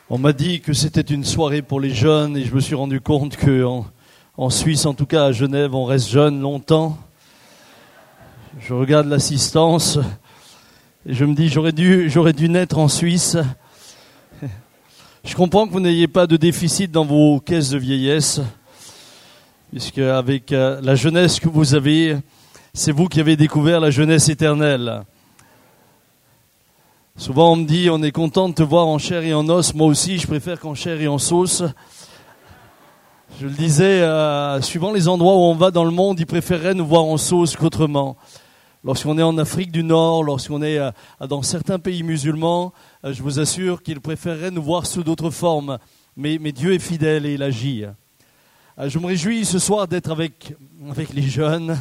On m'a dit que c'était une soirée pour les jeunes et je me suis rendu compte qu'en Suisse, en tout cas à Genève, on reste jeune longtemps. Je regarde l'assistance et je me dis j'aurais dû naître en Suisse. Je comprends que vous n'ayez pas de déficit dans vos caisses de vieillesse, puisque avec la jeunesse que vous avez, c'est vous qui avez découvert la jeunesse éternelle. Souvent on me dit on est content de te voir en chair et en os. Moi aussi je préfère qu'en chair et en sauce. Je le disais, suivant les endroits où on va dans le monde, ils préféreraient nous voir en sauce qu'autrement. Lorsqu'on est en Afrique du Nord, lorsqu'on est dans certains pays musulmans, je vous assure qu'ils préféreraient nous voir sous d'autres formes. Mais Dieu est fidèle et il agit. Je me réjouis ce soir d'être avec les jeunes.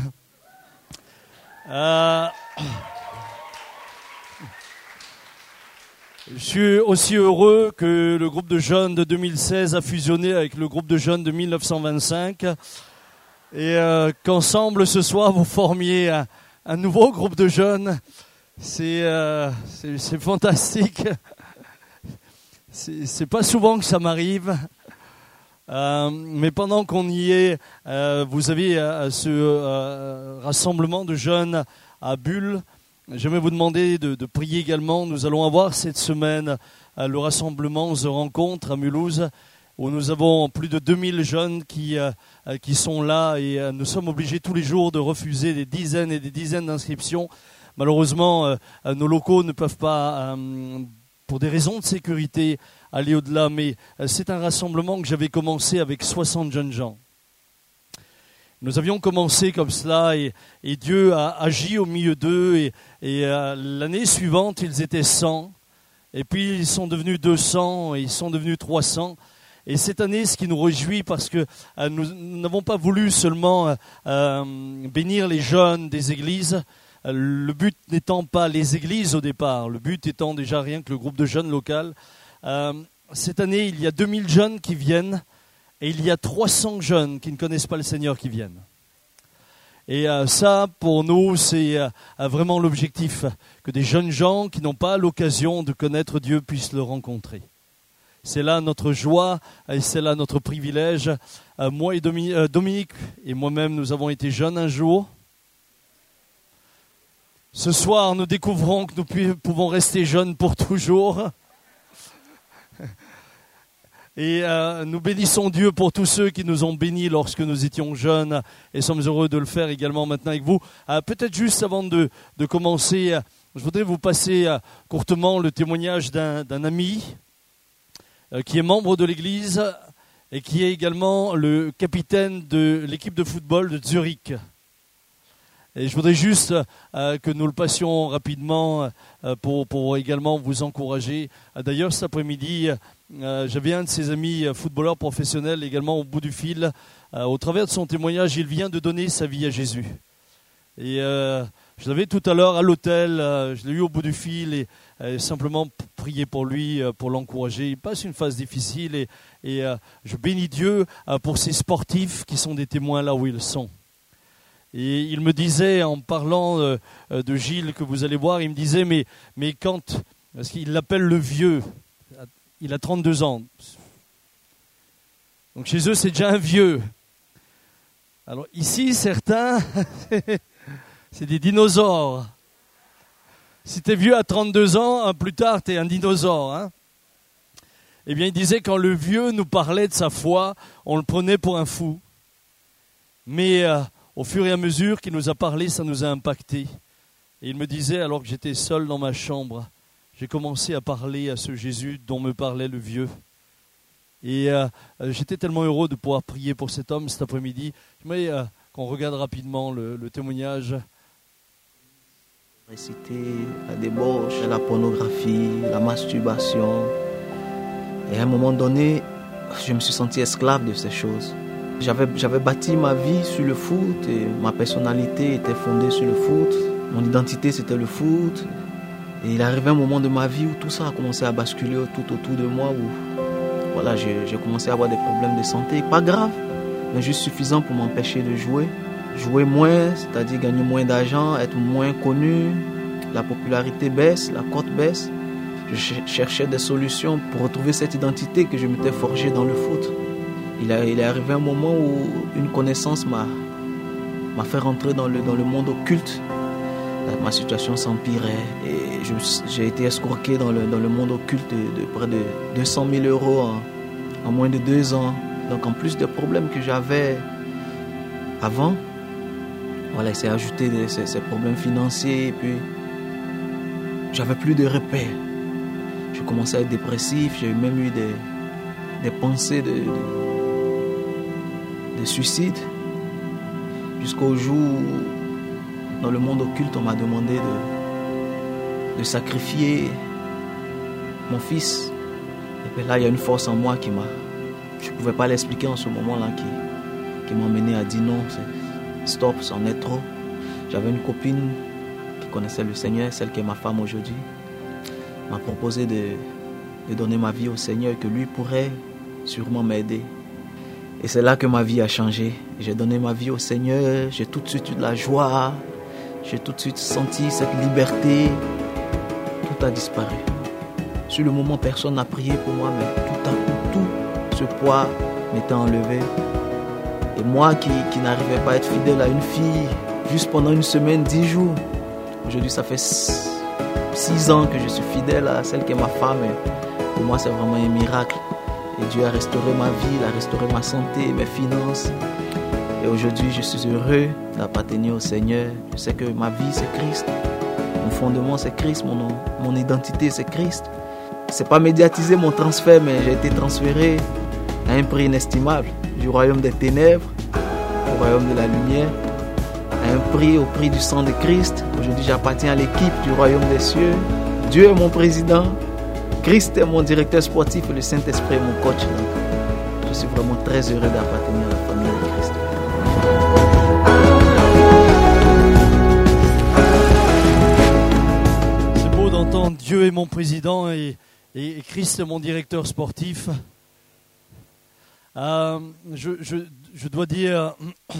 Je suis aussi heureux que le groupe de jeunes de 2016 a fusionné avec le groupe de jeunes de 1925 et qu'ensemble ce soir vous formiez un nouveau groupe de jeunes. C'est fantastique. C'est pas souvent que ça m'arrive. Mais pendant qu'on y est, vous avez ce rassemblement de jeunes à Bulle. J'aimerais vous demander de prier également. Nous allons avoir cette semaine le rassemblement The Rencontre à Mulhouse, où nous avons plus de 2000 jeunes qui sont là et nous sommes obligés tous les jours de refuser des dizaines et des dizaines d'inscriptions. Malheureusement, nos locaux ne peuvent pas, pour des raisons de sécurité, aller au-delà. Mais c'est un rassemblement que j'avais commencé avec 60 jeunes gens. Nous avions commencé comme cela et Dieu a agi au milieu d'eux et l'année suivante ils étaient 100 et puis ils sont devenus 200 et ils sont devenus 300 et cette année ce qui nous réjouit parce que nous n'avons pas voulu seulement bénir les jeunes des églises, le but n'étant pas les églises au départ, le but étant déjà rien que le groupe de jeunes local. Cette année il y a 2000 jeunes qui viennent. Et il y a 300 jeunes qui ne connaissent pas le Seigneur qui viennent. Et ça, pour nous, c'est vraiment l'objectif, que des jeunes gens qui n'ont pas l'occasion de connaître Dieu puissent le rencontrer. C'est là notre joie et c'est là notre privilège. Moi et Dominique et moi-même, nous avons été jeunes un jour. Ce soir, nous découvrons que nous pouvons rester jeunes pour toujours. Et nous bénissons Dieu pour tous ceux qui nous ont bénis lorsque nous étions jeunes et sommes heureux de le faire également maintenant avec vous. Peut-être juste avant de commencer, je voudrais vous passer courtement le témoignage d'un ami qui est membre de l'église et qui est également le capitaine de l'équipe de football de Zurich. Et je voudrais juste que nous le passions rapidement pour également vous encourager. D'ailleurs, cet après-midi, j'avais un de ses amis footballeurs professionnels également au bout du fil. Au travers de son témoignage, il vient de donner sa vie à Jésus. Et je l'avais tout à l'heure à l'hôtel, je l'ai eu au bout du fil et simplement prier pour lui, pour l'encourager. Il passe une phase difficile et je bénis Dieu pour ces sportifs qui sont des témoins là où ils sont. Et il me disait, en parlant de Gilles que vous allez voir, il me disait, mais quand, parce qu'il l'appelle le vieux, il a 32 ans. Donc chez eux, c'est déjà un vieux. Alors ici, certains, c'est des dinosaures. Si tu es vieux à 32 ans, plus tard, tu es un dinosaure. Hein. Eh bien, il disait, quand le vieux nous parlait de sa foi, on le prenait pour un fou. Mais au fur et à mesure qu'il nous a parlé, ça nous a impacté. Et il me disait, alors que j'étais seul dans ma chambre, j'ai commencé à parler à ce Jésus dont me parlait le vieux. Et j'étais tellement heureux de pouvoir prier pour cet homme cet après-midi. Mais qu'on regarde rapidement le témoignage. Réciter la débauche, la pornographie, la masturbation. Et à un moment donné, je me suis senti esclave de ces choses. J'avais bâti ma vie sur le foot et ma personnalité était fondée sur le foot. Mon identité, c'était le foot. Et il arrivait un moment de ma vie où tout ça a commencé à basculer tout autour de moi. Où voilà, j'ai commencé à avoir des problèmes de santé. Pas grave, mais juste suffisant pour m'empêcher de jouer. Jouer moins, c'est-à-dire gagner moins d'argent, être moins connu. La popularité baisse, la cote baisse. Je Je cherchais des solutions pour retrouver cette identité que je m'étais forgée dans le foot. Il est arrivé un moment où une connaissance m'a fait rentrer dans le monde occulte. Ma situation s'empirait et j'ai été escroqué dans le monde occulte de près de 200 000 euros en moins de 2 ans. Donc en plus des problèmes que j'avais avant, voilà, il s'est ajouté ces problèmes financiers et puis j'avais plus de repères. Je commençais à être dépressif, j'ai même eu des pensées de suicide. Jusqu'au jour où, dans le monde occulte, on m'a demandé de sacrifier mon fils. Et puis là, il y a une force en moi je ne pouvais pas l'expliquer en ce moment-là, qui m'a mené à dire non, stop, c'en est trop. J'avais une copine qui connaissait le Seigneur, celle qui est ma femme aujourd'hui, m'a proposé de donner ma vie au Seigneur, que lui pourrait sûrement m'aider. Et c'est là que ma vie a changé. J'ai donné ma vie au Seigneur, j'ai tout de suite eu de la joie, j'ai tout de suite senti cette liberté. Tout a disparu. Sur le moment, personne n'a prié pour moi, mais tout à coup, tout ce poids m'était enlevé. Et moi qui n'arrivais pas à être fidèle à une fille, juste pendant une semaine, 10 jours, aujourd'hui ça fait 6 ans que je suis fidèle à celle qui est ma femme. Et pour moi, c'est vraiment un miracle. Et Dieu a restauré ma vie, il a restauré ma santé, mes finances. Et aujourd'hui, je suis heureux d'appartenir au Seigneur. Je sais que ma vie, c'est Christ. Mon fondement, c'est Christ. Mon identité, c'est Christ. C'est pas médiatisé mon transfert, mais j'ai été transféré à un prix inestimable. Du royaume des ténèbres au royaume de la lumière. Au prix du sang de Christ. Aujourd'hui, j'appartiens à l'équipe du royaume des cieux. Dieu est mon président. Christ est mon directeur sportif et le Saint-Esprit est mon coach. Donc, je suis vraiment très heureux d'appartenir à la famille de Christ. C'est beau d'entendre Dieu est mon président et Christ est mon directeur sportif. Je dois dire,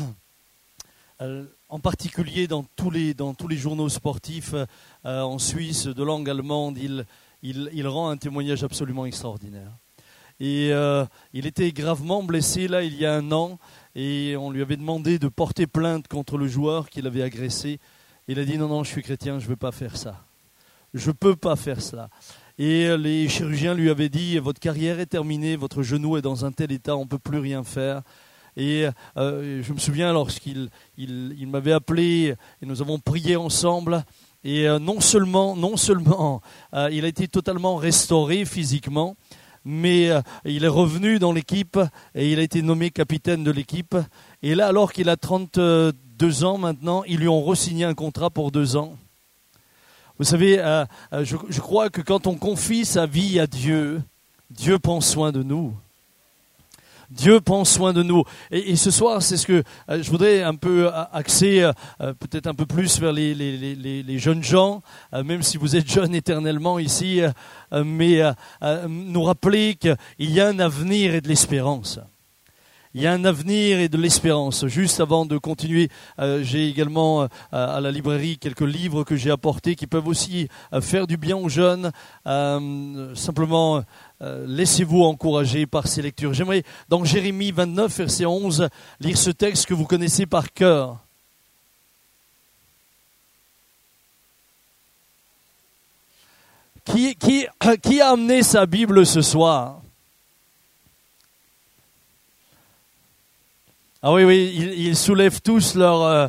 en particulier dans tous les journaux sportifs en Suisse de langue allemande, il rend un témoignage absolument extraordinaire. Et il était gravement blessé là il y a 1 an et on lui avait demandé de porter plainte contre le joueur qui l'avait agressé. Il a dit non, je suis chrétien, je ne veux pas faire ça. Je ne peux pas faire cela. Et les chirurgiens lui avaient dit votre carrière est terminée, votre genou est dans un tel état, on ne peut plus rien faire. Et je me souviens lorsqu'il m'avait appelé et nous avons prié ensemble. Et non seulement il a été totalement restauré physiquement, mais il est revenu dans l'équipe et il a été nommé capitaine de l'équipe. Et là, alors qu'il a 32 ans maintenant, ils lui ont re-signé un contrat pour 2 ans. Vous savez, je crois que quand on confie sa vie à Dieu, Dieu prend soin de nous. Dieu prend soin de nous. Et ce soir, c'est ce que je voudrais un peu axer, peut-être un peu plus vers les jeunes gens, même si vous êtes jeunes éternellement ici, mais nous rappeler qu'il y a un avenir et de l'espérance. Il y a un avenir et de l'espérance. Juste avant de continuer, j'ai également à la librairie quelques livres que j'ai apportés qui peuvent aussi faire du bien aux jeunes. Simplement, laissez-vous encourager par ces lectures. J'aimerais, dans Jérémie 29, verset 11, lire ce texte que vous connaissez par cœur. Qui a amené sa Bible ce soir ? Ah oui, ils soulèvent tous leur...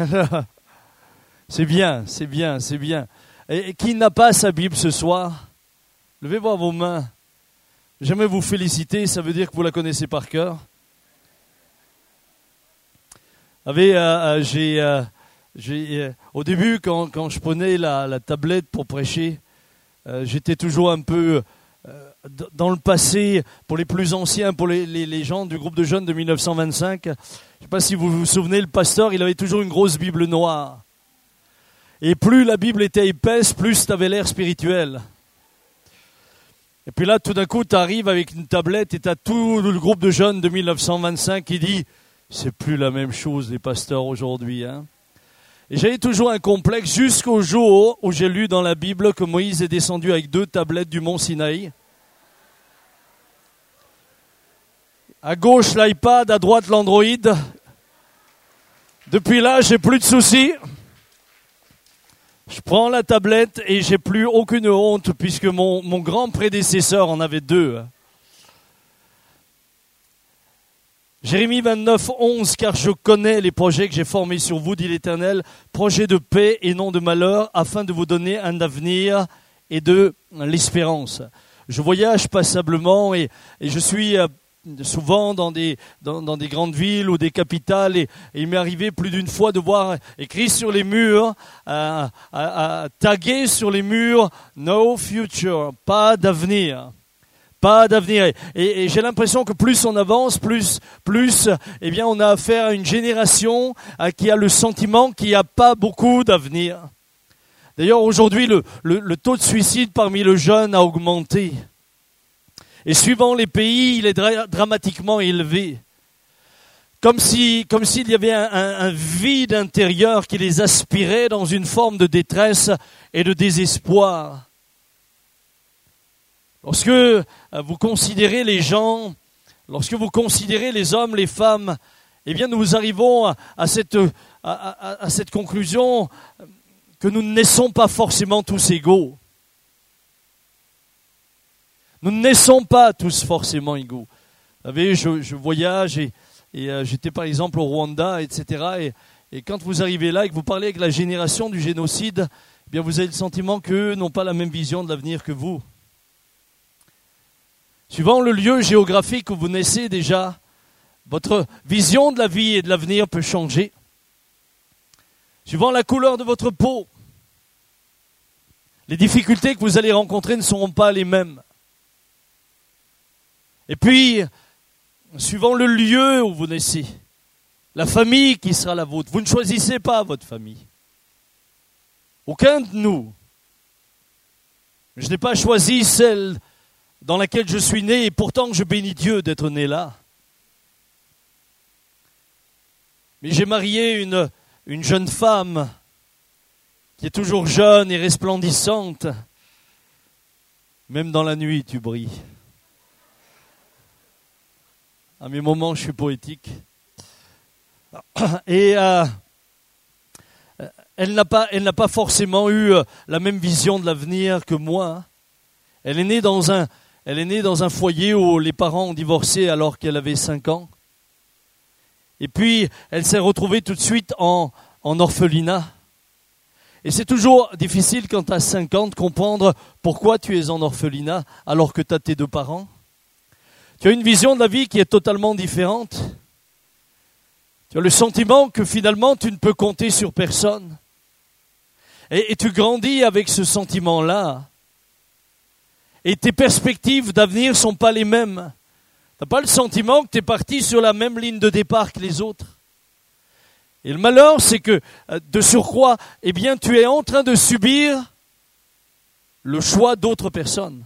C'est bien. Et qui n'a pas sa Bible ce soir ? Levez voir vos mains. J'aimerais vous féliciter, ça veut dire que vous la connaissez par cœur. Vous savez, au début, quand je prenais la tablette pour prêcher, j'étais toujours un peu... dans le passé, pour les plus anciens, pour les gens du groupe de jeunes de 1925, je ne sais pas si vous vous souvenez, le pasteur, il avait toujours une grosse Bible noire. Et plus la Bible était épaisse, plus tu avais l'air spirituel. Et puis là, tout d'un coup, tu arrives avec une tablette et tu as tout le groupe de jeunes de 1925 qui dit « c'est plus la même chose les pasteurs aujourd'hui. Hein » Et j'avais toujours un complexe jusqu'au jour où j'ai lu dans la Bible que Moïse est descendu avec 2 tablettes du mont Sinaï. À gauche l'iPad, à droite l'Android. Depuis là, j'ai plus de soucis. Je prends la tablette et j'ai plus aucune honte puisque mon grand prédécesseur en avait 2. Jérémie 29, 11, car je connais les projets que j'ai formés sur vous, dit l'Éternel, projets de paix et non de malheur, afin de vous donner un avenir et de l'espérance. Je voyage passablement et je suis souvent dans des grandes villes ou des capitales et il m'est arrivé plus d'une fois de voir écrit sur les murs, tagué sur les murs, no future, pas d'avenir. Pas d'avenir. Et j'ai l'impression que plus on avance, plus, eh bien, on a affaire à une génération qui a le sentiment qu'il n'y a pas beaucoup d'avenir. D'ailleurs, aujourd'hui, le taux de suicide parmi les jeunes a augmenté. Et suivant les pays, il est dramatiquement élevé. Comme s'il y avait un vide intérieur qui les aspirait dans une forme de détresse et de désespoir. Lorsque vous considérez les gens, lorsque vous considérez les hommes, les femmes, eh bien nous arrivons à cette conclusion que nous ne naissons pas forcément tous égaux. Nous ne naissons pas tous forcément égaux. Vous savez, je voyage et j'étais par exemple au Rwanda, etc. Et quand vous arrivez là et que vous parlez avec la génération du génocide, eh bien vous avez le sentiment qu'eux n'ont pas la même vision de l'avenir que vous. Suivant le lieu géographique où vous naissez déjà, votre vision de la vie et de l'avenir peut changer. Suivant la couleur de votre peau, les difficultés que vous allez rencontrer ne seront pas les mêmes. Et puis, suivant le lieu où vous naissez, la famille qui sera la vôtre, vous ne choisissez pas votre famille. Aucun de nous. Je n'ai pas choisi celle dans laquelle je suis né, et pourtant je bénis Dieu d'être né là. Mais j'ai marié une jeune femme qui est toujours jeune et resplendissante. Même dans la nuit, tu brilles. À mes moments, je suis poétique. Et elle n'a pas forcément eu la même vision de l'avenir que moi. Elle est née dans un foyer où les parents ont divorcé alors qu'elle avait 5 ans. Et puis, elle s'est retrouvée tout de suite en orphelinat. Et c'est toujours difficile quand tu as 5 ans de comprendre pourquoi tu es en orphelinat alors que tu as tes 2 parents. Tu as une vision de la vie qui est totalement différente. Tu as le sentiment que finalement tu ne peux compter sur personne. Et tu grandis avec ce sentiment-là. Et tes perspectives d'avenir ne sont pas les mêmes. Tu n'as pas le sentiment que tu es parti sur la même ligne de départ que les autres. Et le malheur, c'est que, de surcroît, eh bien, tu es en train de subir le choix d'autres personnes.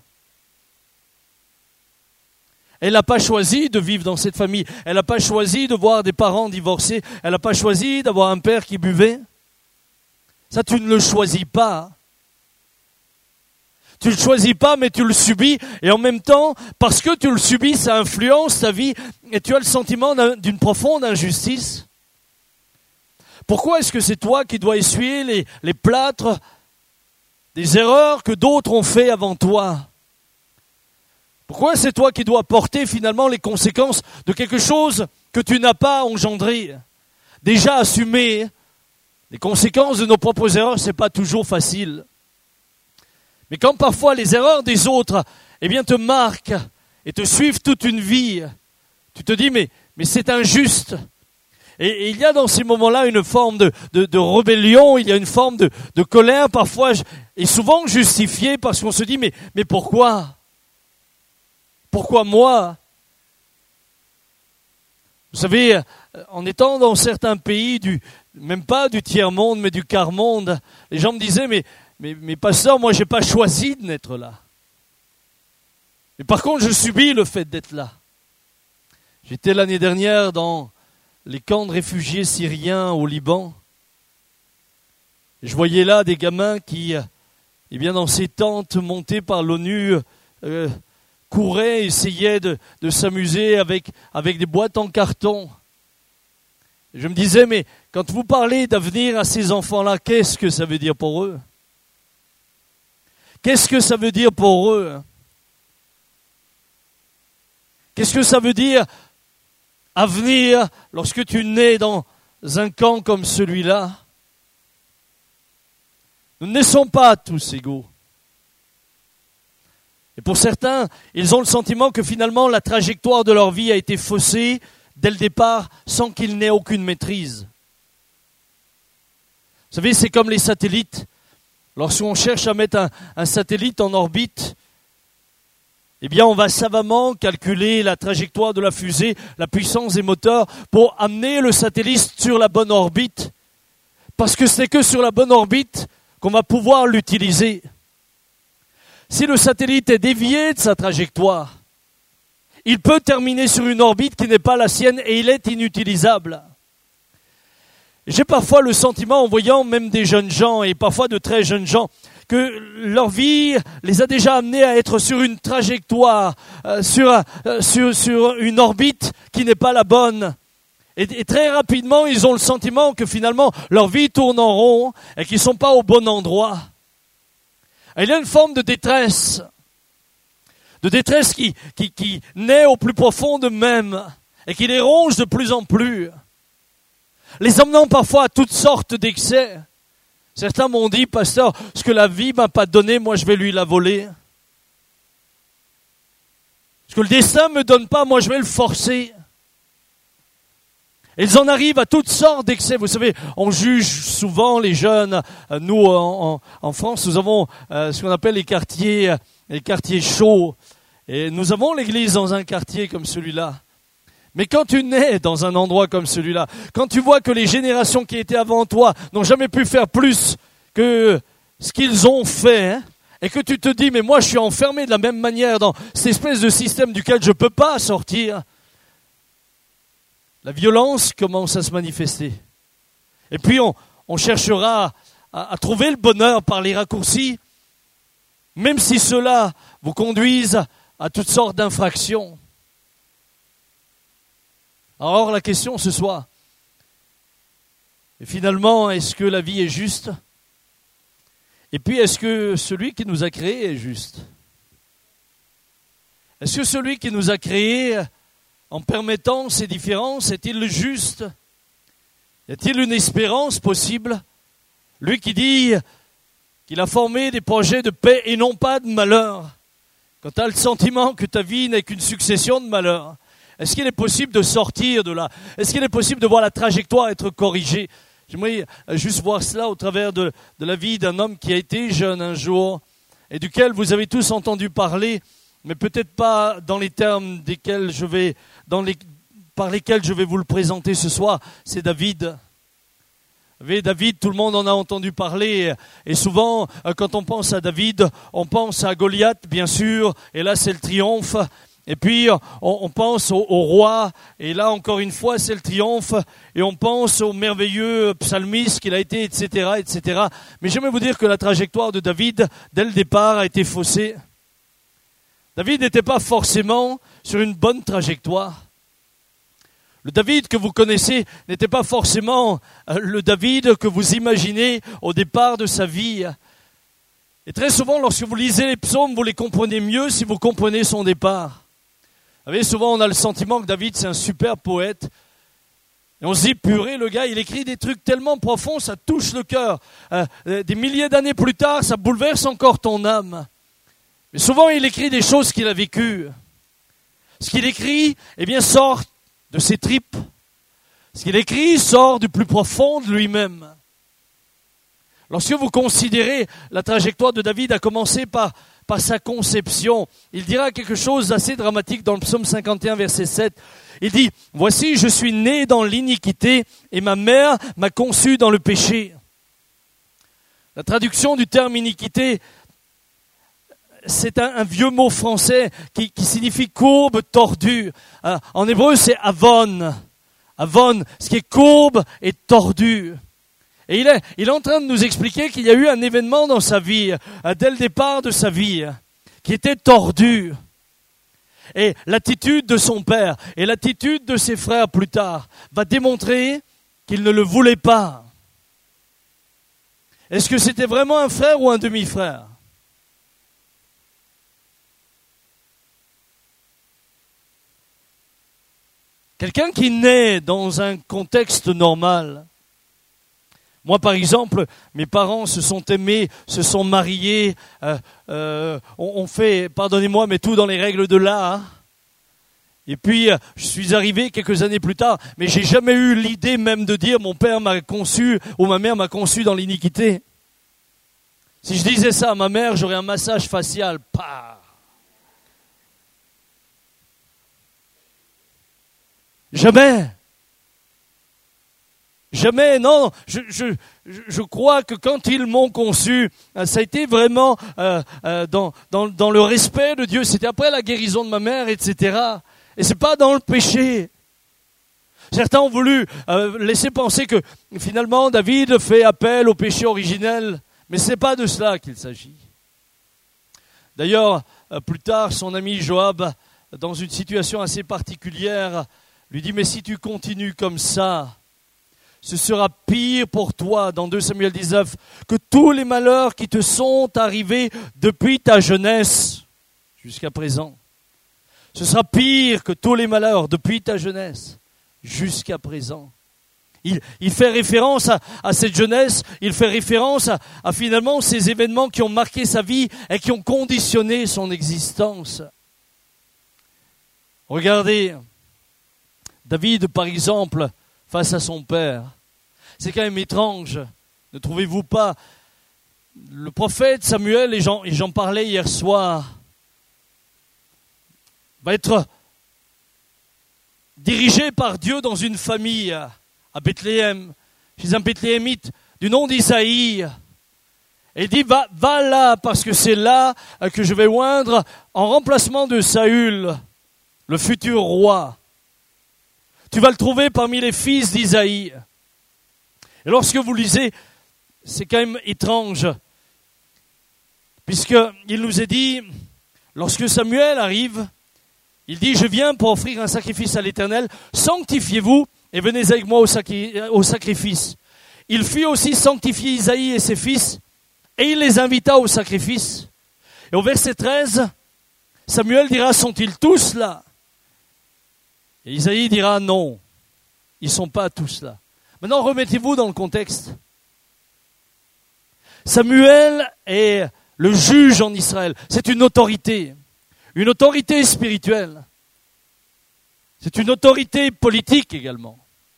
Elle n'a pas choisi de vivre dans cette famille. Elle n'a pas choisi de voir des parents divorcés. Elle n'a pas choisi d'avoir un père qui buvait. Ça, tu ne le choisis pas. Tu ne le choisis pas, mais tu le subis. Et en même temps, parce que tu le subis, ça influence ta vie. Et tu as le sentiment d'une profonde injustice. Pourquoi est-ce que c'est toi qui dois essuyer les plâtres des erreurs que d'autres ont fait avant toi? Pourquoi c'est toi qui dois porter finalement les conséquences de quelque chose que tu n'as pas engendré? Déjà assumer les conséquences de nos propres erreurs, c'est pas toujours facile. Mais quand parfois les erreurs des autres, eh bien, te marquent et te suivent toute une vie, tu te dis mais c'est injuste. Et il y a dans ces moments-là une forme de rébellion, il y a une forme de colère parfois, et souvent justifiée parce qu'on se dit mais pourquoi? Pourquoi moi? Vous savez, en étant dans certains pays, même pas du tiers-monde, mais du quart-monde, les gens me disaient, mais pasteur, moi j'ai pas choisi de naître là. Mais par contre, je subis le fait d'être là. J'étais l'année dernière dans les camps de réfugiés syriens au Liban. Je voyais là des gamins qui, dans ces tentes montées par l'ONU, couraient, essayaient de s'amuser avec des boîtes en carton. Je me disais, mais quand vous parlez d'avenir à ces enfants-là, qu'est-ce que ça veut dire pour eux? Qu'est-ce que ça veut dire pour eux? Qu'est-ce que ça veut dire avenir lorsque tu nais dans un camp comme celui-là? Nous ne naissons pas tous égaux. Et pour certains, ils ont le sentiment que finalement la trajectoire de leur vie a été faussée dès le départ sans qu'ils n'aient aucune maîtrise. Vous savez, c'est comme les satellites. Lorsqu'on cherche à mettre un satellite en orbite, on va savamment calculer la trajectoire de la fusée, la puissance des moteurs pour amener le satellite sur la bonne orbite. Parce que c'est que sur la bonne orbite qu'on va pouvoir l'utiliser. Si le satellite est dévié de sa trajectoire, il peut terminer sur une orbite qui n'est pas la sienne et il est inutilisable. J'ai parfois le sentiment, en voyant même des jeunes gens et parfois de très jeunes gens, que leur vie les a déjà amenés à être sur une trajectoire, sur une orbite qui n'est pas la bonne. Et très rapidement, ils ont le sentiment que finalement, leur vie tourne en rond et qu'ils ne sont pas au bon endroit. Et il y a une forme de détresse qui naît au plus profond d'eux-mêmes et qui les ronge de plus en plus, les emmenant parfois à toutes sortes d'excès. Certains m'ont dit, pasteur, ce que la vie m'a pas donné, moi je vais lui la voler. Ce que le destin me donne pas, moi je vais le forcer. Ils en arrivent à toutes sortes d'excès. Vous savez, on juge souvent les jeunes. Nous, en France, nous avons ce qu'on appelle les quartiers chauds. Et nous avons l'église dans un quartier comme celui-là. Mais quand tu nais dans un endroit comme celui-là, quand tu vois que les générations qui étaient avant toi n'ont jamais pu faire plus que ce qu'ils ont fait, et que tu te dis, mais moi je suis enfermé de la même manière dans cette espèce de système duquel je ne peux pas sortir, la violence commence à se manifester. Et puis on cherchera à trouver le bonheur par les raccourcis, même si cela vous conduise à toutes sortes d'infractions. Alors la question ce soir, et finalement, est-ce que la vie est juste? Et puis est-ce que celui qui nous a créés est juste? Est-ce que celui qui nous a créés en permettant ces différences, est-il juste? Y a-t-il une espérance possible? Lui qui dit qu'il a formé des projets de paix et non pas de malheur. Quand tu as le sentiment que ta vie n'est qu'une succession de malheurs, est-ce qu'il est possible de sortir de là? Est-ce qu'il est possible de voir la trajectoire être corrigée? J'aimerais juste voir cela au travers de la vie d'un homme qui a été jeune un jour et duquel vous avez tous entendu parler, mais peut-être pas dans les termes par lesquels je vais vous le présenter ce soir. C'est David. Vous savez, David, tout le monde en a entendu parler, et souvent, quand on pense à David, on pense à Goliath, bien sûr, et là c'est le triomphe, et puis on pense au roi, et là encore une fois c'est le triomphe, et on pense au merveilleux psalmiste qu'il a été, etc., etc. Mais j'aimerais vous dire que la trajectoire de David, dès le départ, a été faussée. David n'était pas forcément sur une bonne trajectoire. Le David que vous connaissez n'était pas forcément le David que vous imaginez au départ de sa vie. Et très souvent, lorsque vous lisez les psaumes, vous les comprenez mieux si vous comprenez son départ. Vous savez, souvent on a le sentiment que David c'est un super poète. Et on se dit, purée, le gars, il écrit des trucs tellement profonds, ça touche le cœur. Des milliers d'années plus tard, ça bouleverse encore ton âme. Mais souvent, il écrit des choses qu'il a vécues. Ce qu'il écrit, sort de ses tripes. Ce qu'il écrit sort du plus profond de lui-même. Lorsque vous considérez la trajectoire de David a commencé par sa conception, il dira quelque chose d'assez dramatique dans le psaume 51, verset 7. Il dit, « Voici, je suis né dans l'iniquité et ma mère m'a conçu dans le péché. » La traduction du terme iniquité, c'est un vieux mot français qui signifie courbe, tordu. En hébreu, c'est avon. Avon, ce qui est courbe et tordu. Et il est en train de nous expliquer qu'il y a eu un événement dans sa vie, dès le départ de sa vie, qui était tordu. Et l'attitude de son père et l'attitude de ses frères plus tard va démontrer qu'il ne le voulait pas. Est-ce que c'était vraiment un frère ou un demi-frère ? Quelqu'un qui naît dans un contexte normal. Moi, par exemple, mes parents se sont aimés, se sont mariés, on fait, pardonnez-moi, mais tout dans les règles de l'art. Et puis, je suis arrivé quelques années plus tard, mais j'ai jamais eu l'idée même de dire mon père m'a conçu ou ma mère m'a conçu dans l'iniquité. Si je disais ça à ma mère, j'aurais un massage facial. Pah. Jamais. Jamais, non. Je crois que quand ils m'ont conçu, ça a été vraiment dans le respect de Dieu. C'était après la guérison de ma mère, etc. Et c'est pas dans le péché. Certains ont voulu laisser penser que finalement David fait appel au péché originel, mais c'est pas de cela qu'il s'agit. D'ailleurs, plus tard, son ami Joab, dans une situation assez particulière, lui dit « Mais si tu continues comme ça, ce sera pire pour toi, dans 2 Samuel 19, que tous les malheurs qui te sont arrivés depuis ta jeunesse jusqu'à présent. Ce sera pire que tous les malheurs depuis ta jeunesse jusqu'à présent. » Il fait référence à cette jeunesse, il fait référence à finalement ces événements qui ont marqué sa vie et qui ont conditionné son existence. Regardez, David, par exemple, face à son père. C'est quand même étrange, ne trouvez-vous pas ? Le prophète Samuel, et j'en parlais hier soir, va être dirigé par Dieu dans une famille à Bethléem, chez un Bethléemite du nom d'Isaïe. Et il dit, va là, parce que c'est là que je vais oindre en remplacement de Saül, le futur roi. Tu vas le trouver parmi les fils d'Isaïe. Et lorsque vous lisez, c'est quand même étrange, puisqu'il nous est dit, lorsque Samuel arrive, il dit, je viens pour offrir un sacrifice à l'Éternel, sanctifiez-vous et venez avec moi au sacrifice. Il fit aussi sanctifier Isaïe et ses fils, et il les invita au sacrifice. Et au verset 13, Samuel dira, sont-ils tous là ? Et Isaïe dira non, ils ne sont pas tous là. Maintenant, remettez-vous dans le contexte. Samuel est le juge en Israël. C'est une autorité spirituelle. C'est une autorité politique également.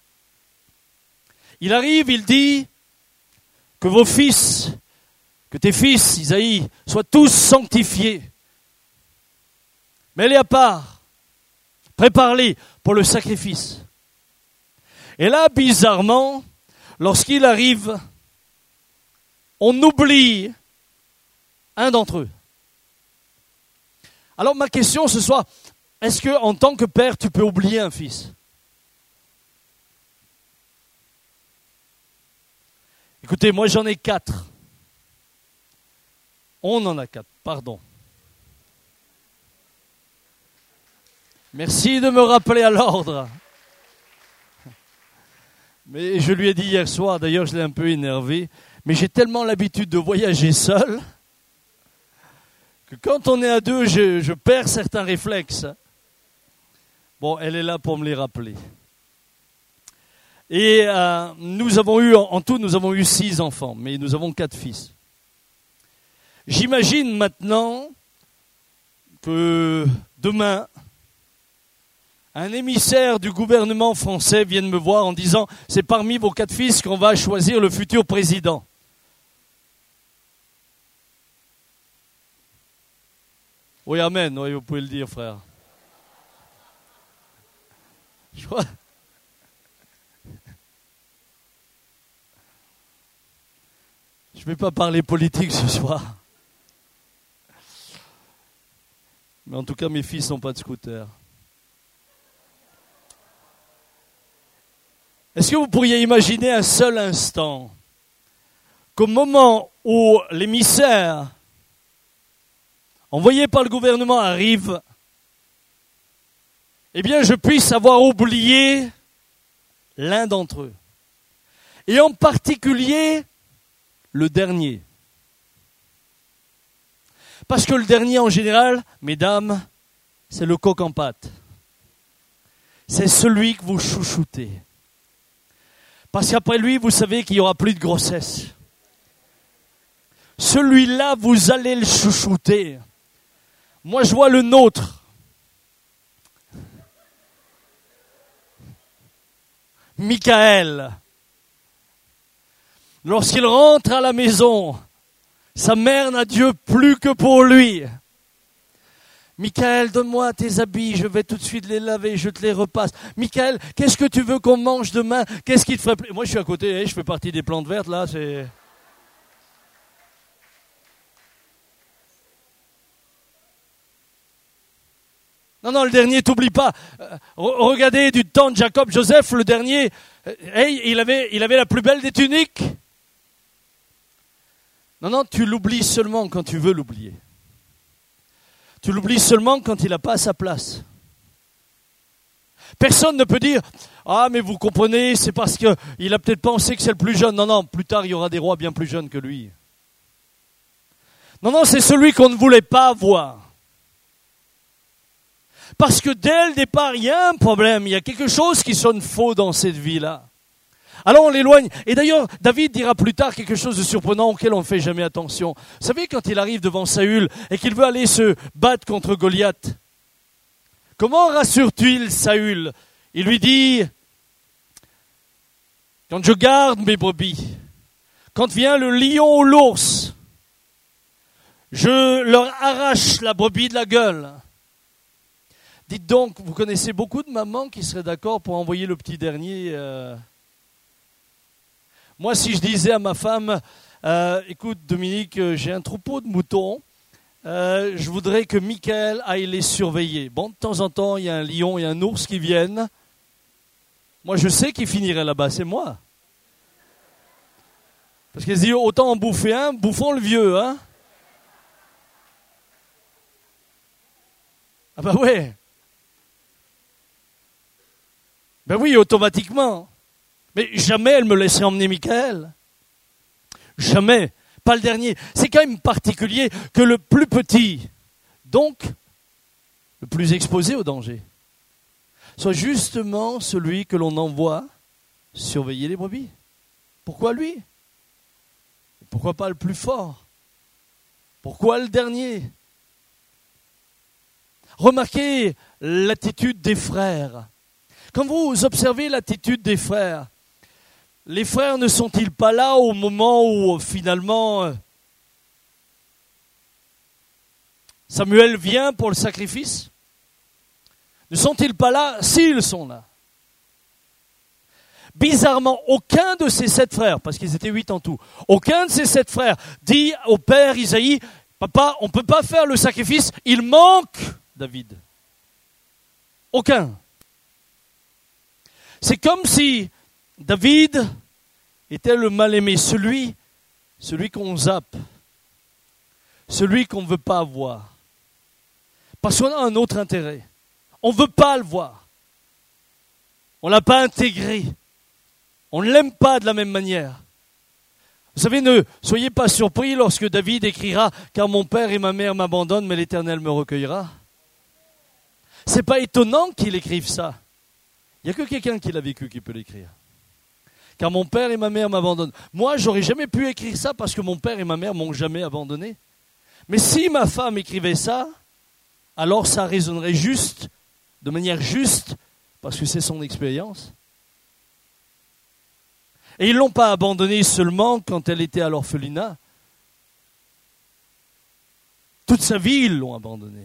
Il arrive, il dit que vos fils, que tes fils, Isaïe, soient tous sanctifiés. Mets-les à part. Prépare-les pour le sacrifice. Et là, bizarrement, lorsqu'il arrive, on oublie un d'entre eux. Alors ma question ce soir, est-ce que en tant que père, tu peux oublier un fils ? Écoutez, moi j'en ai 4. On en a 4, pardon. Merci de me rappeler à l'ordre. Mais je lui ai dit hier soir, d'ailleurs je l'ai un peu énervé, mais j'ai tellement l'habitude de voyager seul que quand on est à deux, je perds certains réflexes. Bon, elle est là pour me les rappeler. Et nous avons eu 6 enfants, mais nous avons 4 fils. J'imagine maintenant que demain, un émissaire du gouvernement français vienne me voir en disant « C'est parmi vos 4 fils qu'on va choisir le futur président. » Oui, amen, oui, vous pouvez le dire, frère. Je crois... Je ne vais pas parler politique ce soir. Mais en tout cas, mes fils n'ont pas de scooter. Est-ce que vous pourriez imaginer un seul instant qu'au moment où l'émissaire envoyé par le gouvernement arrive, eh bien je puisse avoir oublié l'un d'entre eux. Et en particulier, le dernier. Parce que le dernier, en général, mesdames, c'est le coq en pâte. C'est celui que vous chouchoutez. Parce qu'après lui, vous savez qu'il n'y aura plus de grossesse. Celui-là, vous allez le chouchouter. Moi, je vois le nôtre. Michael. Lorsqu'il rentre à la maison, sa mère n'a Dieu plus que pour lui. Michael, donne-moi tes habits, je vais tout de suite les laver, je te les repasse. Michael, qu'est-ce que tu veux qu'on mange demain? Qu'est-ce qui te ferait plaisir? Moi, je suis à côté, je fais partie des plantes vertes, là, c'est... Non, le dernier, t'oublie pas. Regardez du temps de Jacob Joseph, le dernier, il avait la plus belle des tuniques. Non, tu l'oublies seulement quand tu veux l'oublier. Tu l'oublies seulement quand il n'a pas sa place. Personne ne peut dire « Ah, mais vous comprenez, c'est parce qu'il a peut-être pensé que c'est le plus jeune. » Non, plus tard, il y aura des rois bien plus jeunes que lui. Non, c'est celui qu'on ne voulait pas voir. Parce que dès le départ, il y a un problème, il y a quelque chose qui sonne faux dans cette vie-là. Alors on l'éloigne. Et d'ailleurs, David dira plus tard quelque chose de surprenant auquel on ne fait jamais attention. Vous savez, quand il arrive devant Saül et qu'il veut aller se battre contre Goliath, comment rassure-t-il Saül? Il lui dit, quand je garde mes brebis, quand vient le lion ou l'ours, je leur arrache la brebis de la gueule. Dites donc, vous connaissez beaucoup de mamans qui seraient d'accord pour envoyer le petit dernier. Moi, si je disais à ma femme, écoute Dominique, j'ai un troupeau de moutons, je voudrais que Michael aille les surveiller. Bon, de temps en temps, il y a un lion et un ours qui viennent. Moi, je sais qui finirait là-bas, c'est moi. Parce qu'elle se dit, autant en bouffer un, bouffons le vieux, hein. Ah bah ouais. Ben oui, automatiquement. Mais jamais elle me laisserait emmener Michael. Jamais. Pas le dernier. C'est quand même particulier que le plus petit, donc le plus exposé au danger, soit justement celui que l'on envoie surveiller les brebis. Pourquoi lui? Pourquoi pas le plus fort? Pourquoi le dernier? Remarquez l'attitude des frères. Quand vous observez l'attitude des frères, les frères ne sont-ils pas là au moment où finalement Samuel vient pour le sacrifice? Ne sont-ils pas là? S'ils sont là. Bizarrement, aucun de ces 7 frères, parce qu'ils étaient 8 en tout, aucun de ces 7 frères dit au père Isaïe, papa, on ne peut pas faire le sacrifice, il manque David. Aucun. C'est comme si David était le mal-aimé, celui qu'on zappe, celui qu'on ne veut pas voir. Parce qu'on a un autre intérêt. On ne veut pas le voir. On ne l'a pas intégré. On ne l'aime pas de la même manière. Vous savez, ne soyez pas surpris lorsque David écrira « Car mon père et ma mère m'abandonnent, mais l'Éternel me recueillera ». Ce n'est pas étonnant qu'il écrive ça. Il n'y a que quelqu'un qui l'a vécu qui peut l'écrire. Car mon père et ma mère m'abandonnent. Moi, j'aurais jamais pu écrire ça parce que mon père et ma mère m'ont jamais abandonné. Mais si ma femme écrivait ça, alors ça résonnerait juste, de manière juste, parce que c'est son expérience. Et ils ne l'ont pas abandonnée seulement quand elle était à l'orphelinat. Toute sa vie, ils l'ont abandonnée.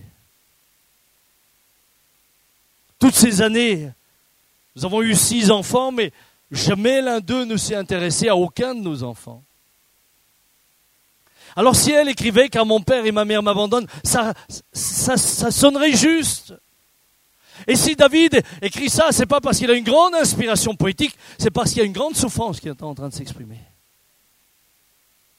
Toutes ces années, nous avons eu 6 enfants, mais jamais l'un d'eux ne s'est intéressé à aucun de nos enfants. Alors si elle écrivait « Car mon père et ma mère m'abandonnent », ça sonnerait juste. Et si David écrit ça, ce n'est pas parce qu'il a une grande inspiration poétique, c'est parce qu'il y a une grande souffrance qui est en train de s'exprimer.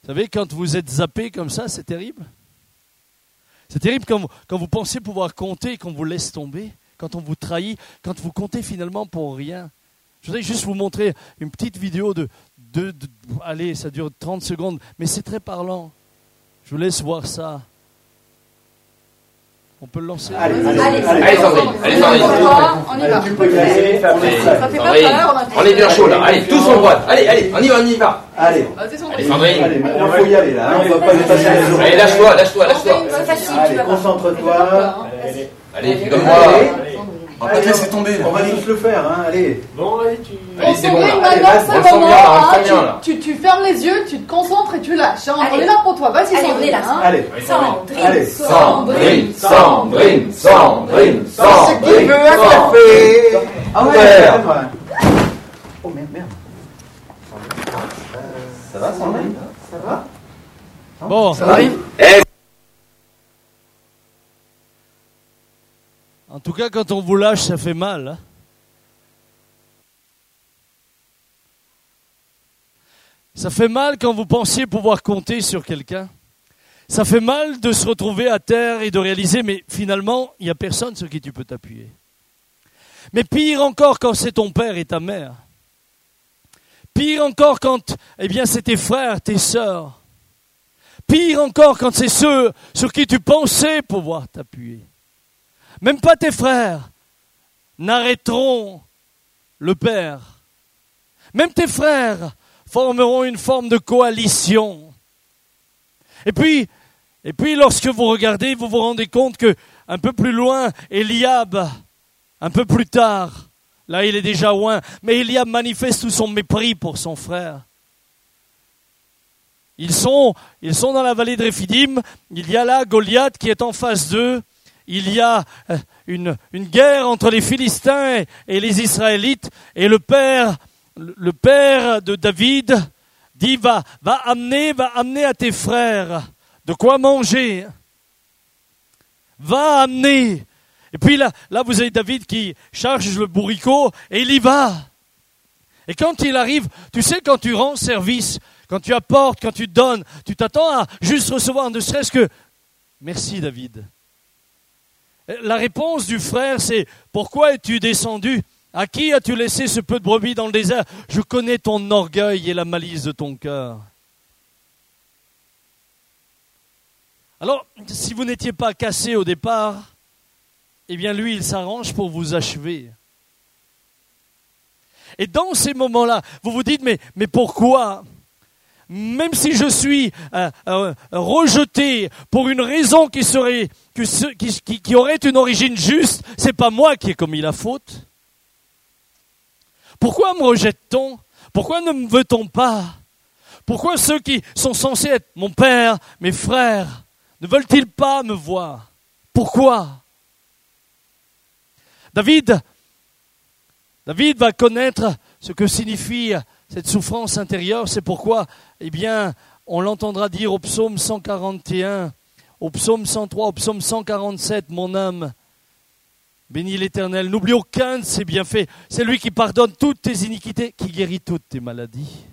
Vous savez, quand vous êtes zappé comme ça, c'est terrible. C'est terrible quand vous pensez pouvoir compter et qu'on vous laisse tomber, quand on vous trahit, quand vous comptez finalement pour rien. Je voudrais juste vous montrer une petite vidéo allez, ça dure 30 secondes, mais c'est très parlant. Je vous laisse voir ça. On peut le lancer. Allez, Sandrine. On y va. Tu peux y aller, faire ça fait pas peur. On est bien chaud là. Allez, tous en boîte. Allez, on y va. Allez, Sandrine. Allez, maintenant il faut y aller là. On va pas dépasser les oreilles. Allez, lâche-toi. Allez, concentre-toi. Allez, fais comme moi. On va pas te laisser tomber. On va tous le faire, hein. Allez. Bon, allez, c'est bon là. Maintenant, c'est le moment. Tu fermes les yeux, tu te concentres et tu lâches. On est là pour toi. Vas-y, Sandrine. Allez. Sandrine. Qui veut un café? Ah ouais. Oh merde. Ça va, Sandrine? Ça va? Bon, ça arrive? En tout cas, quand on vous lâche, ça fait mal. Hein. Ça fait mal quand vous pensiez pouvoir compter sur quelqu'un. Ça fait mal de se retrouver à terre et de réaliser, mais finalement, il n'y a personne sur qui tu peux t'appuyer. Mais pire encore quand c'est ton père et ta mère. Pire encore quand, c'est tes frères, tes sœurs. Pire encore quand c'est ceux sur qui tu pensais pouvoir t'appuyer. Même pas tes frères n'arrêteront le Père. Même tes frères formeront une forme de coalition. Et puis lorsque vous regardez, vous vous rendez compte que un peu plus loin, Eliab, un peu plus tard, là il est déjà loin, mais Eliab manifeste tout son mépris pour son frère. Ils sont dans la vallée de Réphidim, il y a là Goliath qui est en face d'eux. Il y a une guerre entre les Philistins et les Israélites, et le père de David dit va amener à tes frères de quoi manger. Va amener. Et puis là vous avez David qui charge le bourricot et il y va. Et quand il arrive, tu sais, quand tu rends service, quand tu apportes, quand tu donnes, tu t'attends à juste recevoir ne serait-ce que merci David. La réponse du frère, c'est « Pourquoi es-tu descendu? À qui as-tu laissé ce peu de brebis dans le désert? Je connais ton orgueil et la malice de ton cœur. » Alors, si vous n'étiez pas cassé au départ, lui, il s'arrange pour vous achever. Et dans ces moments-là, vous vous dites « Mais pourquoi ? Même si je suis rejeté pour une raison qui aurait une origine juste, c'est pas moi qui ai commis la faute. Pourquoi me rejette-t-on? Pourquoi ne me veut-on pas? Pourquoi ceux qui sont censés être mon père, mes frères, ne veulent-ils pas me voir? Pourquoi? David va connaître ce que signifie cette souffrance intérieure. C'est pourquoi, on l'entendra dire au psaume 141, au psaume 103, au psaume 147, mon âme, bénis l'Éternel. N'oublie aucun de ses bienfaits. C'est lui qui pardonne toutes tes iniquités, qui guérit toutes tes maladies.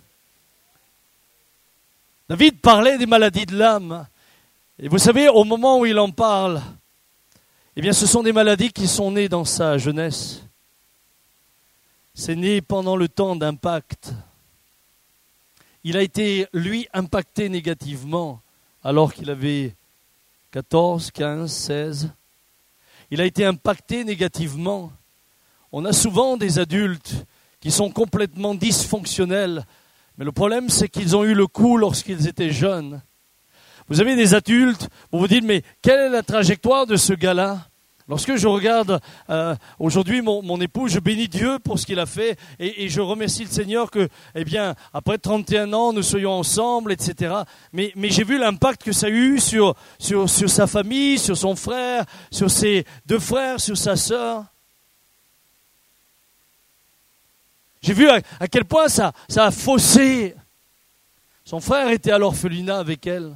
David parlait des maladies de l'âme. Et vous savez, au moment où il en parle, ce sont des maladies qui sont nées dans sa jeunesse. C'est né pendant le temps d'impact. Il a été, lui, impacté négativement alors qu'il avait 14, 15, 16. Il a été impacté négativement. On a souvent des adultes qui sont complètement dysfonctionnels, mais le problème, c'est qu'ils ont eu le coup lorsqu'ils étaient jeunes. Vous avez des adultes, vous vous dites, mais quelle est la trajectoire de ce gars-là ? Lorsque je regarde aujourd'hui mon époux, je bénis Dieu pour ce qu'il a fait et je remercie le Seigneur que, après 31 ans, nous soyons ensemble, etc. Mais j'ai vu l'impact que ça a eu sur sa famille, sur son frère, sur ses deux frères, sur sa sœur. J'ai vu à quel point ça a faussé. Son frère était à l'orphelinat avec elle.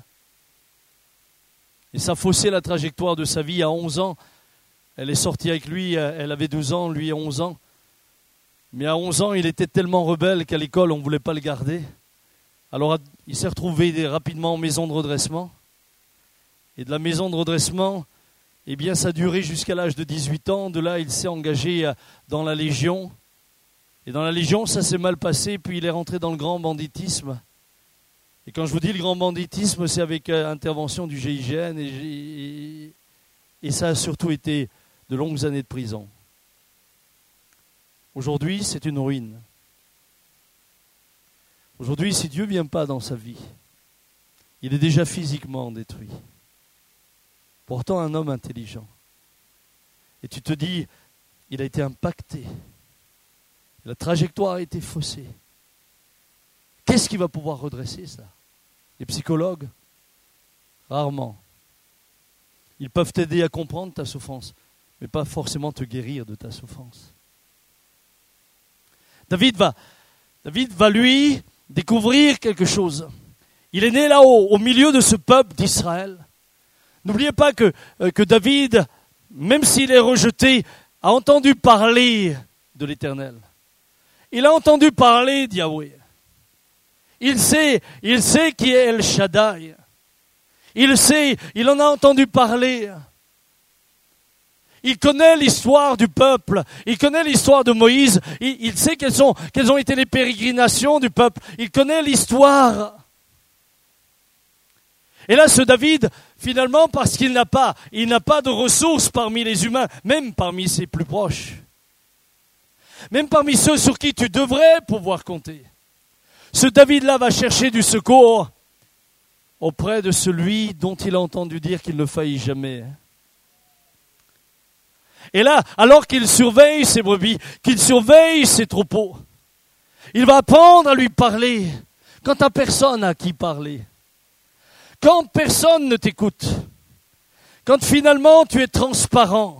Et ça a faussé la trajectoire de sa vie à 11 ans. Elle est sortie avec lui, elle avait 12 ans, lui 11 ans. Mais à 11 ans, il était tellement rebelle qu'à l'école, on ne voulait pas le garder. Alors il s'est retrouvé rapidement en maison de redressement. Et de la maison de redressement, eh bien, ça a duré jusqu'à l'âge de 18 ans. De là, il s'est engagé dans la Légion. Et dans la Légion, ça s'est mal passé. Puis il est rentré dans le grand banditisme. Et quand je vous dis le grand banditisme, c'est avec intervention du GIGN. Et ça a surtout été de longues années de prison. Aujourd'hui, c'est une ruine. Aujourd'hui, si Dieu ne vient pas dans sa vie, il est déjà physiquement détruit. Pourtant, un homme intelligent. Et tu te dis, il a été impacté. La trajectoire a été faussée. Qu'est-ce qui va pouvoir redresser ça? Les psychologues? Rarement. Ils peuvent t'aider à comprendre ta souffrance, mais pas forcément te guérir de ta souffrance. David va lui découvrir quelque chose. Il est né là-haut, au milieu de ce peuple d'Israël. N'oubliez pas que David, même s'il est rejeté, a entendu parler de l'Éternel. Il a entendu parler d'Yahweh. Il sait qui est El Shaddai. Il en a entendu parler. Il connaît l'histoire du peuple. Il connaît l'histoire de Moïse. Il sait quelles ont été les pérégrinations du peuple. Il connaît l'histoire. Et là, ce David, finalement, parce qu'il n'a pas de ressources parmi les humains, même parmi ses plus proches, même parmi ceux sur qui tu devrais pouvoir compter, ce David-là va chercher du secours auprès de celui dont il a entendu dire qu'il ne faillit jamais. Et là, alors qu'il surveille ses brebis, qu'il surveille ses troupeaux, il va apprendre à lui parler quand tu n'as personne à qui parler. Quand personne ne t'écoute, quand finalement tu es transparent,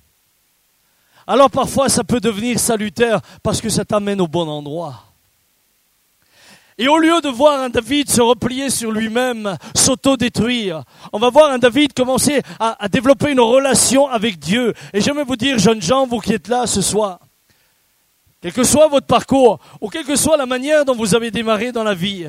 alors parfois ça peut devenir salutaire parce que ça t'amène au bon endroit. Et au lieu de voir un David se replier sur lui-même, s'auto-détruire, on va voir un David commencer à développer une relation avec Dieu. Et j'aimerais vous dire, jeunes gens, vous qui êtes là ce soir, quel que soit votre parcours, ou quelle que soit la manière dont vous avez démarré dans la vie,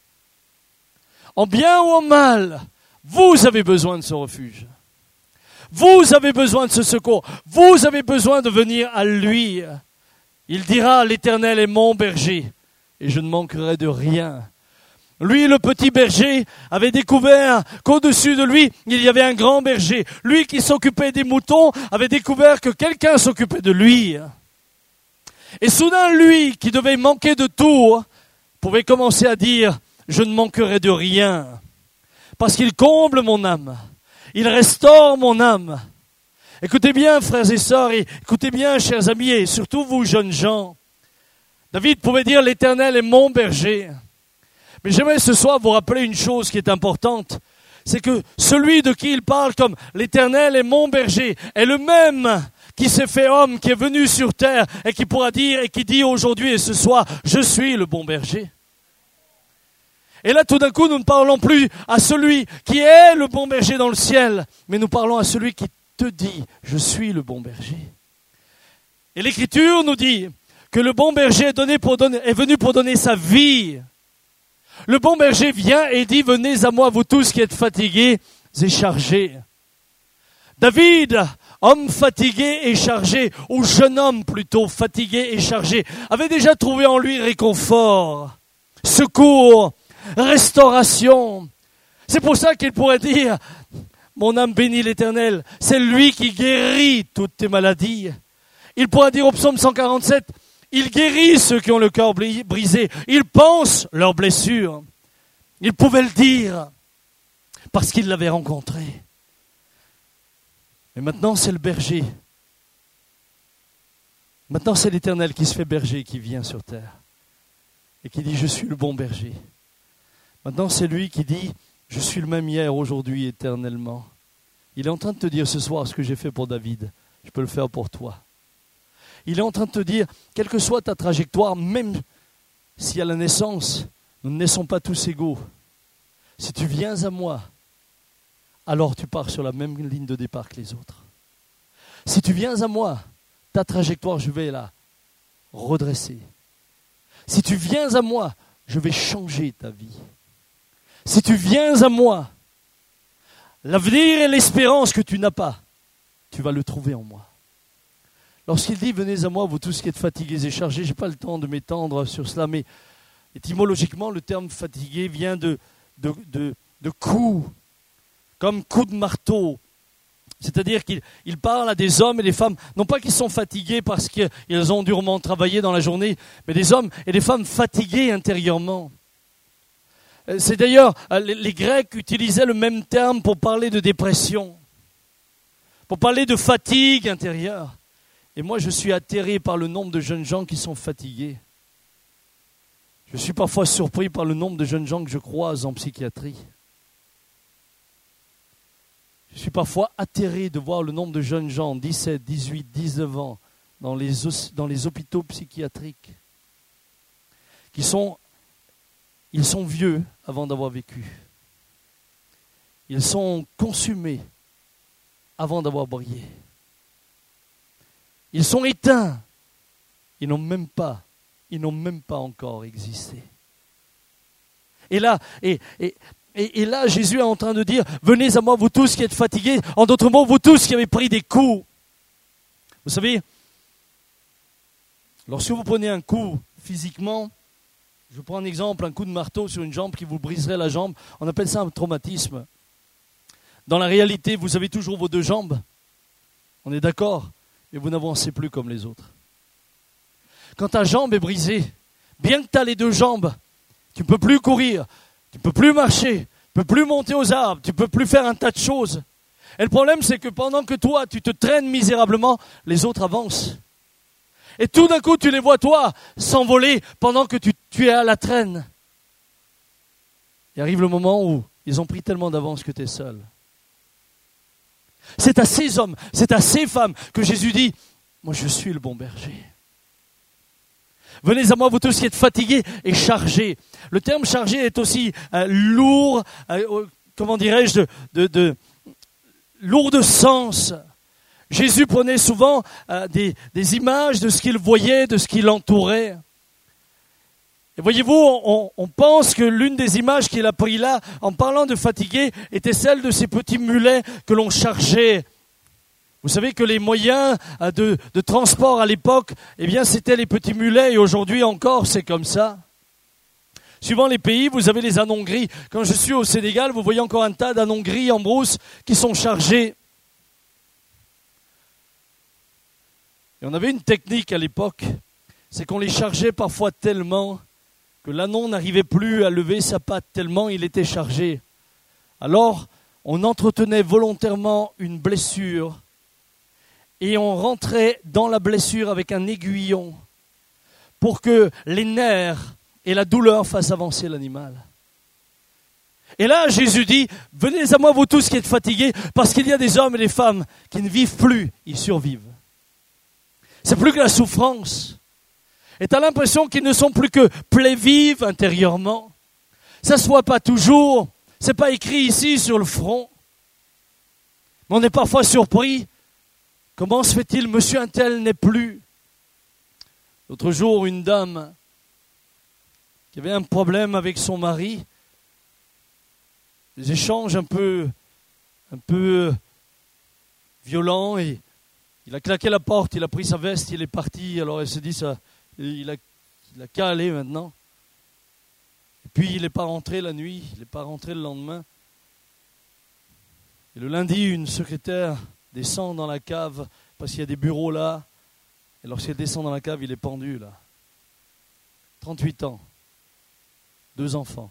en bien ou en mal, vous avez besoin de ce refuge. Vous avez besoin de ce secours. Vous avez besoin de venir à lui. Il dira, l'Éternel est mon berger et je ne manquerai de rien. Lui, le petit berger, avait découvert qu'au-dessus de lui, il y avait un grand berger. Lui qui s'occupait des moutons avait découvert que quelqu'un s'occupait de lui. Et soudain, lui, qui devait manquer de tout, pouvait commencer à dire, je ne manquerai de rien, parce qu'il comble mon âme, il restaure mon âme. Écoutez bien, frères et sœurs, et écoutez bien, chers amis, et surtout vous, jeunes gens. David pouvait dire, l'Éternel est mon berger. Mais j'aimerais ce soir vous rappeler une chose qui est importante, c'est que celui de qui il parle comme l'Éternel est mon berger est le même qui s'est fait homme, qui est venu sur terre et qui pourra dire et qui dit aujourd'hui et ce soir, je suis le bon berger. Et là, tout d'un coup, nous ne parlons plus à celui qui est le bon berger dans le ciel, mais nous parlons à celui qui te dit, je suis le bon berger. Et l'Écriture nous dit que le bon berger est venu pour donner sa vie. Le bon berger vient et dit, venez à moi, vous tous qui êtes fatigués et chargés. David, homme fatigué et chargé, ou jeune homme plutôt fatigué et chargé, avait déjà trouvé en lui réconfort, secours, restauration. C'est pour ça qu'il pourrait dire, mon âme bénit l'Éternel, c'est lui qui guérit toutes tes maladies. Il pourra dire au psaume 147, il guérit ceux qui ont le cœur brisé, il pense leurs blessures. Il pouvait le dire parce qu'il l'avait rencontré. Mais maintenant c'est le berger. Maintenant c'est l'Éternel qui se fait berger, qui vient sur terre et qui dit je suis le bon berger. Maintenant, c'est lui qui dit « Je suis le même hier, aujourd'hui, éternellement ». Il est en train de te dire ce soir ce que j'ai fait pour David, je peux le faire pour toi. Il est en train de te dire, quelle que soit ta trajectoire, même si à la naissance, nous ne naissons pas tous égaux, si tu viens à moi, alors tu pars sur la même ligne de départ que les autres. Si tu viens à moi, ta trajectoire, je vais la redresser. Si tu viens à moi, je vais changer ta vie. Si tu viens à moi, l'avenir et l'espérance que tu n'as pas, tu vas le trouver en moi. Lorsqu'il dit « Venez à moi, vous tous qui êtes fatigués et chargés », je n'ai pas le temps de m'étendre sur cela, mais étymologiquement, le terme « fatigué » vient de coups, comme coups de marteau. C'est-à-dire qu'il parle à des hommes et des femmes, non pas qu'ils sont fatigués parce qu'ils ont durement travaillé dans la journée, mais des hommes et des femmes fatigués intérieurement. C'est d'ailleurs, les Grecs utilisaient le même terme pour parler de dépression, pour parler de fatigue intérieure. Et moi, je suis atterré par le nombre de jeunes gens qui sont fatigués. Je suis parfois surpris par le nombre de jeunes gens que je croise en psychiatrie. Je suis parfois atterré de voir le nombre de jeunes gens, 17, 18, 19 ans, dans les hôpitaux psychiatriques, ils sont vieux avant d'avoir vécu. Ils sont consumés avant d'avoir brillé. Ils sont éteints. Ils n'ont même pas encore existé. Et là, Jésus est en train de dire, venez à moi vous tous qui êtes fatigués, en d'autres mots, vous tous qui avez pris des coups. Vous savez, lorsque vous prenez un coup physiquement, je prends un exemple, un coup de marteau sur une jambe qui vous briserait la jambe, on appelle ça un traumatisme. Dans la réalité, vous avez toujours vos deux jambes, on est d'accord, mais vous n'avancez plus comme les autres. Quand ta jambe est brisée, bien que tu as les deux jambes, tu ne peux plus courir, tu ne peux plus marcher, tu ne peux plus monter aux arbres, tu ne peux plus faire un tas de choses. Et le problème, c'est que pendant que toi, tu te traînes misérablement, les autres avancent. Et tout d'un coup, tu les vois, toi, s'envoler pendant que tu es à la traîne. Il arrive le moment où ils ont pris tellement d'avance que tu es seul. C'est à ces hommes, c'est à ces femmes que Jésus dit, moi je suis le bon berger. Venez à moi, vous tous qui êtes fatigués et chargés. Le terme chargé est aussi lourd, comment dirais-je, lourd de sens. Jésus prenait souvent des images de ce qu'il voyait, de ce qui l'entourait. Et voyez-vous, on pense que l'une des images qu'il a pris là, en parlant de fatigués, était celle de ces petits mulets que l'on chargeait. Vous savez que les moyens de transport à l'époque, eh bien, c'était les petits mulets, et aujourd'hui encore, c'est comme ça. Suivant les pays, vous avez les ânons gris. Quand je suis au Sénégal, vous voyez encore un tas d'ânons gris en brousse qui sont chargés. Et on avait une technique à l'époque, c'est qu'on les chargeait parfois tellement que l'anon n'arrivait plus à lever sa patte tellement il était chargé. Alors, on entretenait volontairement une blessure et on rentrait dans la blessure avec un aiguillon pour que les nerfs et la douleur fassent avancer l'animal. Et là, Jésus dit, venez à moi vous tous qui êtes fatigués, parce qu'il y a des hommes et des femmes qui ne vivent plus, ils survivent. C'est plus que la souffrance. Et tu as l'impression qu'ils ne sont plus que plaies vives intérieurement. Ça ne se voit pas toujours. Ce n'est pas écrit ici sur le front. Mais on est parfois surpris. Comment se fait-il, monsieur un tel n'est plus? L'autre jour, une dame qui avait un problème avec son mari, des échanges un peu violents, et il a claqué la porte, il a pris sa veste, il est parti. Alors elle se dit, il a qu'à aller maintenant. Et puis il n'est pas rentré la nuit, il n'est pas rentré le lendemain. Et le lundi, une secrétaire descend dans la cave, parce qu'il y a des bureaux là. Et lorsqu'elle descend dans la cave, il est pendu là. 38 ans. 2 enfants.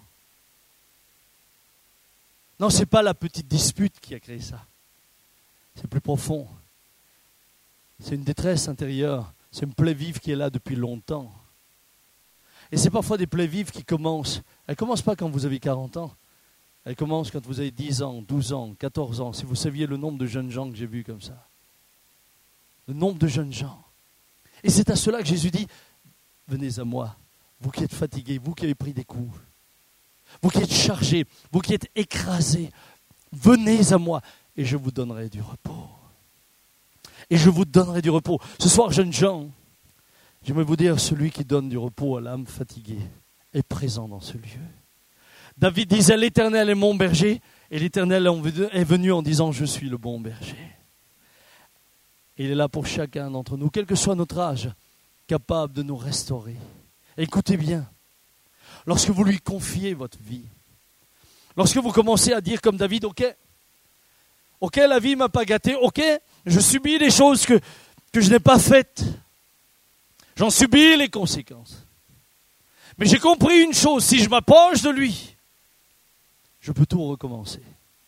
Non, ce n'est pas la petite dispute qui a créé ça. C'est plus profond. C'est une détresse intérieure. C'est une plaie vive qui est là depuis longtemps. Et c'est parfois des plaies vives qui commencent. Elles ne commencent pas quand vous avez 40 ans. Elles commencent quand vous avez 10 ans, 12 ans, 14 ans. Si vous saviez le nombre de jeunes gens que j'ai vus comme ça. Le nombre de jeunes gens. Et c'est à cela que Jésus dit, venez à moi, vous qui êtes fatigués, vous qui avez pris des coups. Vous qui êtes chargés, vous qui êtes écrasés. Venez à moi et je vous donnerai du repos. Et je vous donnerai du repos. Ce soir, jeunes gens, j'aimerais vous dire, celui qui donne du repos à l'âme fatiguée est présent dans ce lieu. David disait, l'Éternel est mon berger, et l'Éternel est venu en disant, je suis le bon berger. Et il est là pour chacun d'entre nous, quel que soit notre âge, capable de nous restaurer. Écoutez bien, lorsque vous lui confiez votre vie, lorsque vous commencez à dire comme David, ok, la vie ne m'a pas gâté, ok, je subis les choses que je n'ai pas faites, j'en subis les conséquences. Mais j'ai compris une chose, si je m'approche de lui, je peux tout recommencer.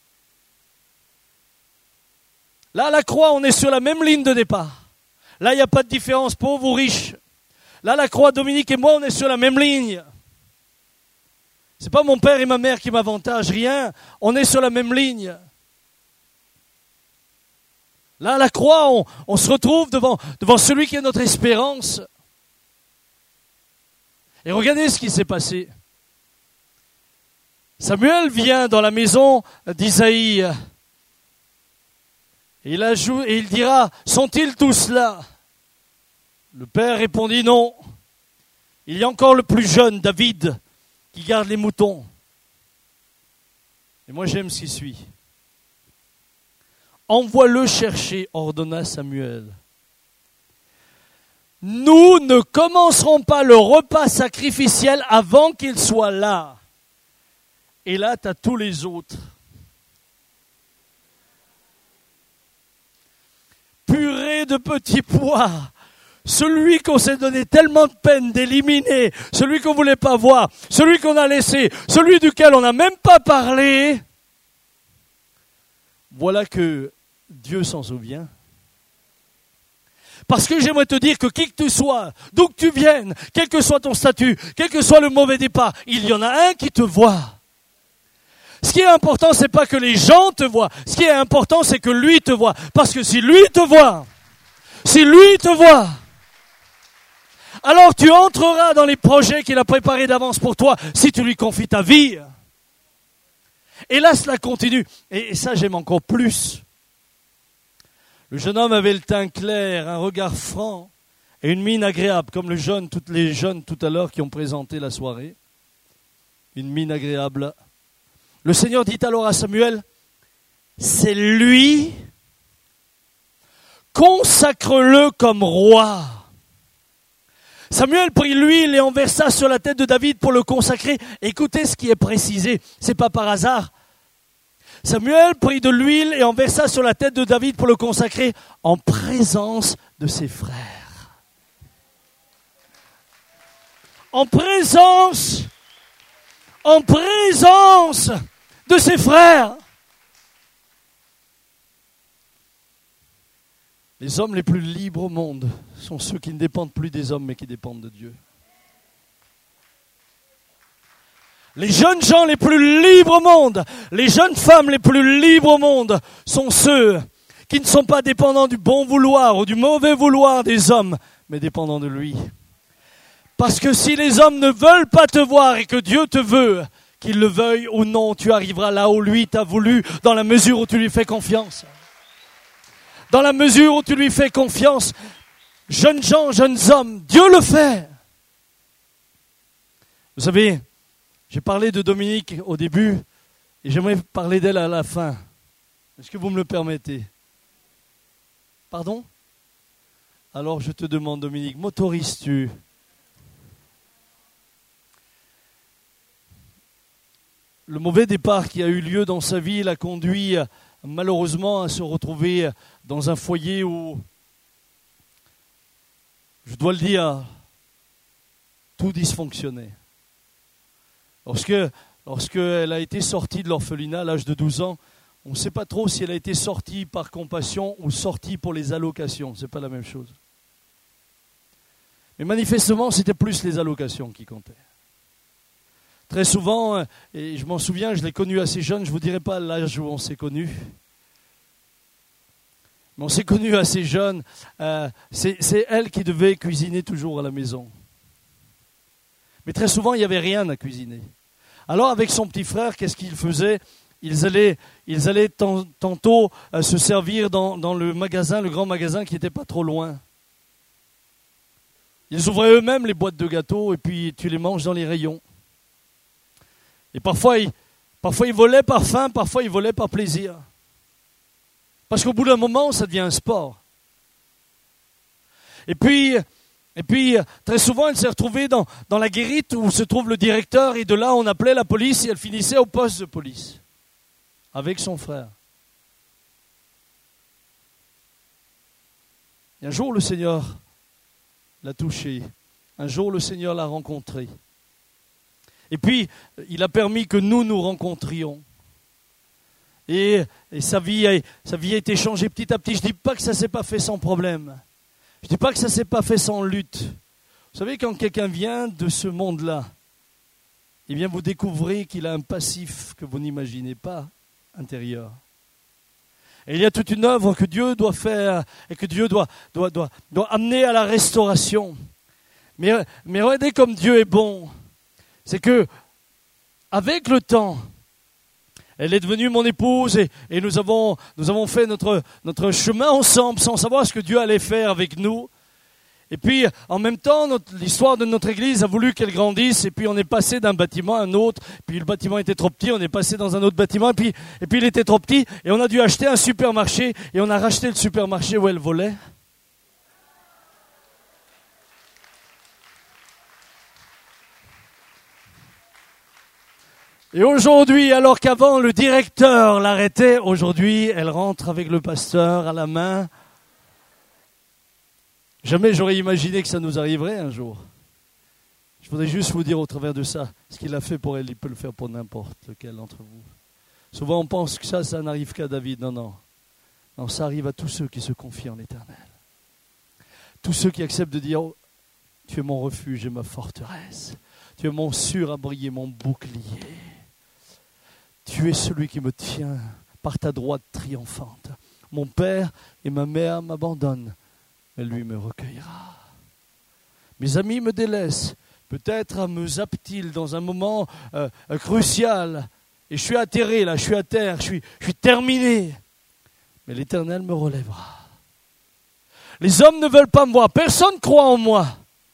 Là, à la croix, on est sur la même ligne de départ. Là, il n'y a pas de différence, pauvre ou riche. Là, la croix, Dominique et moi, on est sur la même ligne. C'est pas mon père et ma mère qui m'avantagent, rien. On est sur la même ligne. Là, à la croix, on se retrouve devant celui qui est notre espérance. Et regardez ce qui s'est passé. Samuel vient dans la maison d'Isaïe. Et il dira, sont-ils tous là? Le père répondit non. Il y a encore le plus jeune, David, qui garde les moutons. Et moi j'aime ce qui suit. Envoie-le chercher, ordonna Samuel. Nous ne commencerons pas le repas sacrificiel avant qu'il soit là. Et là, tu as tous les autres. Purée de petits pois. Celui qu'on s'est donné tellement de peine d'éliminer, celui qu'on ne voulait pas voir, celui qu'on a laissé, celui duquel on n'a même pas parlé. Voilà que Dieu s'en souvient. Parce que j'aimerais te dire que qui que tu sois, d'où que tu viennes, quel que soit ton statut, quel que soit le mauvais départ, il y en a un qui te voit. Ce qui est important, c'est pas que les gens te voient. Ce qui est important, c'est que lui te voit. Parce que si lui te voit, alors tu entreras dans les projets qu'il a préparés d'avance pour toi si tu lui confies ta vie. Et là, cela continue. Et ça, j'aime encore plus. Le jeune homme avait le teint clair, un regard franc et une mine agréable, comme toutes les jeunes tout à l'heure qui ont présenté la soirée. Une mine agréable. Le Seigneur dit alors à Samuel, c'est lui, consacre-le comme roi. Samuel prit l'huile et en versa sur la tête de David pour le consacrer. Écoutez ce qui est précisé, c'est pas par hasard. Samuel prit de l'huile et en versa sur la tête de David pour le consacrer en présence de ses frères. En présence de ses frères. Les hommes les plus libres au monde sont ceux qui ne dépendent plus des hommes mais qui dépendent de Dieu. Les jeunes gens les plus libres au monde, les jeunes femmes les plus libres au monde sont ceux qui ne sont pas dépendants du bon vouloir ou du mauvais vouloir des hommes, mais dépendants de lui. Parce que si les hommes ne veulent pas te voir et que Dieu te veut, qu'il le veuille ou non, tu arriveras là où lui t'a voulu, dans la mesure où tu lui fais confiance. Dans la mesure où tu lui fais confiance, jeunes gens, jeunes hommes, Dieu le fait. Vous savez, j'ai parlé de Dominique au début et j'aimerais parler d'elle à la fin. Est-ce que vous me le permettez? Pardon? Alors je te demande, Dominique, m'autorises-tu? Le mauvais départ qui a eu lieu dans sa vie l'a conduit malheureusement à se retrouver dans un foyer où, je dois le dire, tout dysfonctionnait. Lorsqu'elle a été sortie de l'orphelinat à l'âge de 12 ans, on ne sait pas trop si elle a été sortie par compassion ou sortie pour les allocations. Ce n'est pas la même chose. Mais manifestement, c'était plus les allocations qui comptaient. Très souvent, et je m'en souviens, je l'ai connue assez jeune, je ne vous dirai pas l'âge où on s'est connus. Mais on s'est connus assez jeune. C'est elle qui devait cuisiner toujours à la maison. Mais très souvent, il n'y avait rien à cuisiner. Alors, avec son petit frère, qu'est-ce qu'ils faisaient ? Ils allaient tantôt se servir dans le magasin, le grand magasin qui n'était pas trop loin. Ils ouvraient eux-mêmes les boîtes de gâteaux et puis tu les manges dans les rayons. Et parfois il volait par faim, parfois il volait par plaisir. Parce qu'au bout d'un moment, ça devient un sport. Et puis, très souvent, elle s'est retrouvée dans la guérite où se trouve le directeur, et de là, on appelait la police, et elle finissait au poste de police, avec son frère. Et un jour, le Seigneur l'a touchée. Un jour, le Seigneur l'a rencontrée. Et puis, il a permis que nous rencontrions. Et sa vie a été changée petit à petit. Je ne dis pas que ça ne s'est pas fait sans problème. Je ne dis pas que ça ne s'est pas fait sans lutte. Vous savez, quand quelqu'un vient de ce monde-là, eh bien, vous découvrez qu'il a un passif que vous n'imaginez pas intérieur. Et il y a toute une œuvre que Dieu doit faire et que Dieu doit amener à la restauration. Mais regardez comme Dieu est bon. C'est que, avec le temps, elle est devenue mon épouse et nous avons fait notre chemin ensemble sans savoir ce que Dieu allait faire avec nous. Et puis, en même temps, l'histoire de notre église a voulu qu'elle grandisse, et puis on est passé d'un bâtiment à un autre, puis le bâtiment était trop petit, on est passé dans un autre bâtiment, et puis il était trop petit, et on a dû acheter un supermarché, et on a racheté le supermarché où elle volait. Et aujourd'hui, alors qu'avant le directeur l'arrêtait, aujourd'hui, elle rentre avec le pasteur à la main. Jamais j'aurais imaginé que ça nous arriverait un jour. Je voudrais juste vous dire au travers de ça, ce qu'il a fait pour elle, il peut le faire pour n'importe lequel d'entre vous. Souvent on pense que ça n'arrive qu'à David. Non, ça arrive à tous ceux qui se confient en l'Éternel. Tous ceux qui acceptent de dire, oh, tu es mon refuge et ma forteresse. Tu es mon surabri et mon bouclier. Tu es celui qui me tient par ta droite triomphante. Mon père et ma mère m'abandonnent, mais lui me recueillera. Mes amis me délaissent. Peut-être me zappe-t-il dans un moment crucial. Et je suis atterré là, je suis à terre, je suis terminé. Mais l'Éternel me relèvera. Les hommes ne veulent pas me voir. Personne ne croit en moi.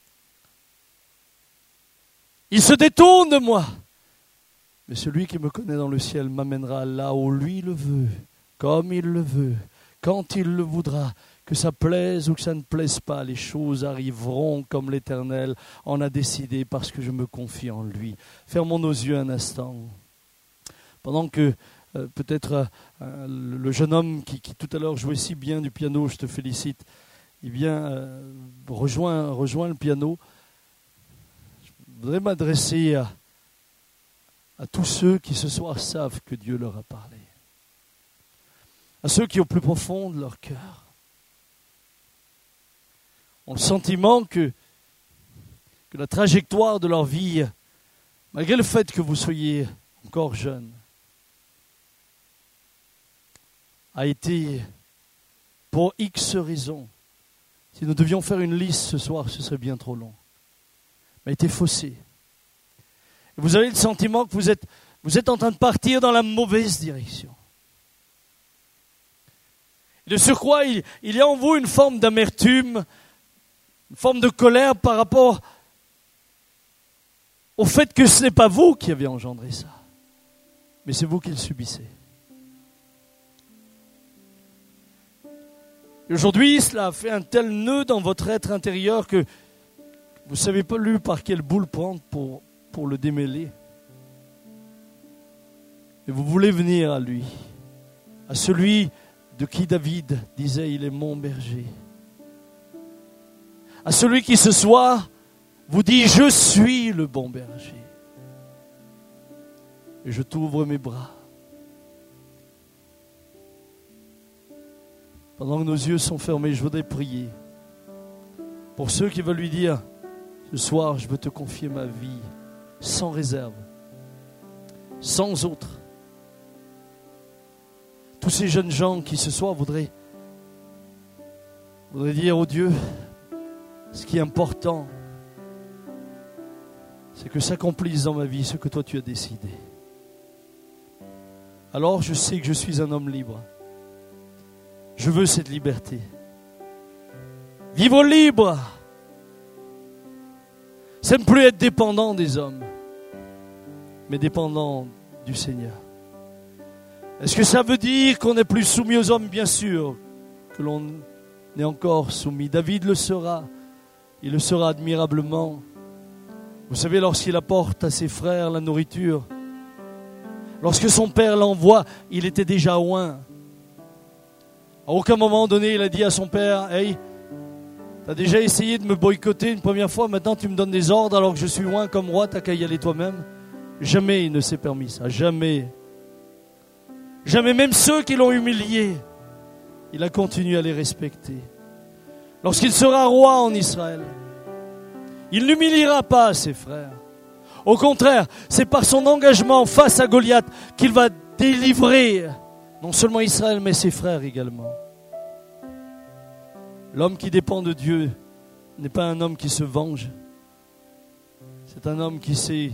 Ils se détournent de moi. Mais celui qui me connaît dans le ciel m'amènera là où lui le veut, comme il le veut, quand il le voudra. Que ça plaise ou que ça ne plaise pas, les choses arriveront comme l'Éternel en a décidé parce que je me confie en lui. Fermons nos yeux un instant. Pendant que peut-être le jeune homme qui tout à l'heure jouait si bien du piano, je te félicite, il vient rejoint le piano. Je voudrais m'adresser à tous ceux qui ce soir savent que Dieu leur a parlé. À ceux qui au plus profond de leur cœur ont le sentiment que la trajectoire de leur vie, malgré le fait que vous soyez encore jeune, a été, pour X raisons, si nous devions faire une liste ce soir, ce serait bien trop long, a été faussée. Et vous avez le sentiment que vous êtes en train de partir dans la mauvaise direction. Et de surcroît, il y a en vous une forme d'amertume, une forme de colère par rapport au fait que ce n'est pas vous qui avez engendré ça, mais c'est vous qui le subissez. Et aujourd'hui, cela a fait un tel nœud dans votre être intérieur que vous ne savez pas lui par quelle boule prendre pour le démêler. Et vous voulez venir à lui, à celui de qui David disait, il est mon berger. À celui qui ce soir vous dit, je suis le bon berger. Et je t'ouvre mes bras. Pendant que nos yeux sont fermés, je voudrais prier pour ceux qui veulent lui dire, ce soir, je veux te confier ma vie sans réserve, sans autre. Tous ces jeunes gens qui ce soir voudraient dire, oh Dieu, ce qui est important, c'est que s'accomplisse dans ma vie ce que toi tu as décidé. Alors je sais que je suis un homme libre. Je veux cette liberté. Vivre libre, c'est ne plus être dépendant des hommes. mais dépendant du Seigneur. Est-ce que ça veut dire qu'on n'est plus soumis aux hommes? Bien sûr que l'on est encore soumis. David le sera. Il le sera admirablement. Vous savez, lorsqu'il apporte à ses frères la nourriture, lorsque son père l'envoie, il était déjà oint. À aucun moment donné, il a dit à son père, « Hey, tu as déjà essayé de me boycotter une première fois, maintenant tu me donnes des ordres alors que je suis oint comme roi, t'as qu'à y aller toi-même. » Jamais il ne s'est permis ça, jamais. Jamais, même ceux qui l'ont humilié, il a continué à les respecter. Lorsqu'il sera roi en Israël, il n'humiliera pas ses frères. Au contraire, c'est par son engagement face à Goliath qu'il va délivrer non seulement Israël, mais ses frères également. L'homme qui dépend de Dieu n'est pas un homme qui se venge. C'est un homme qui sait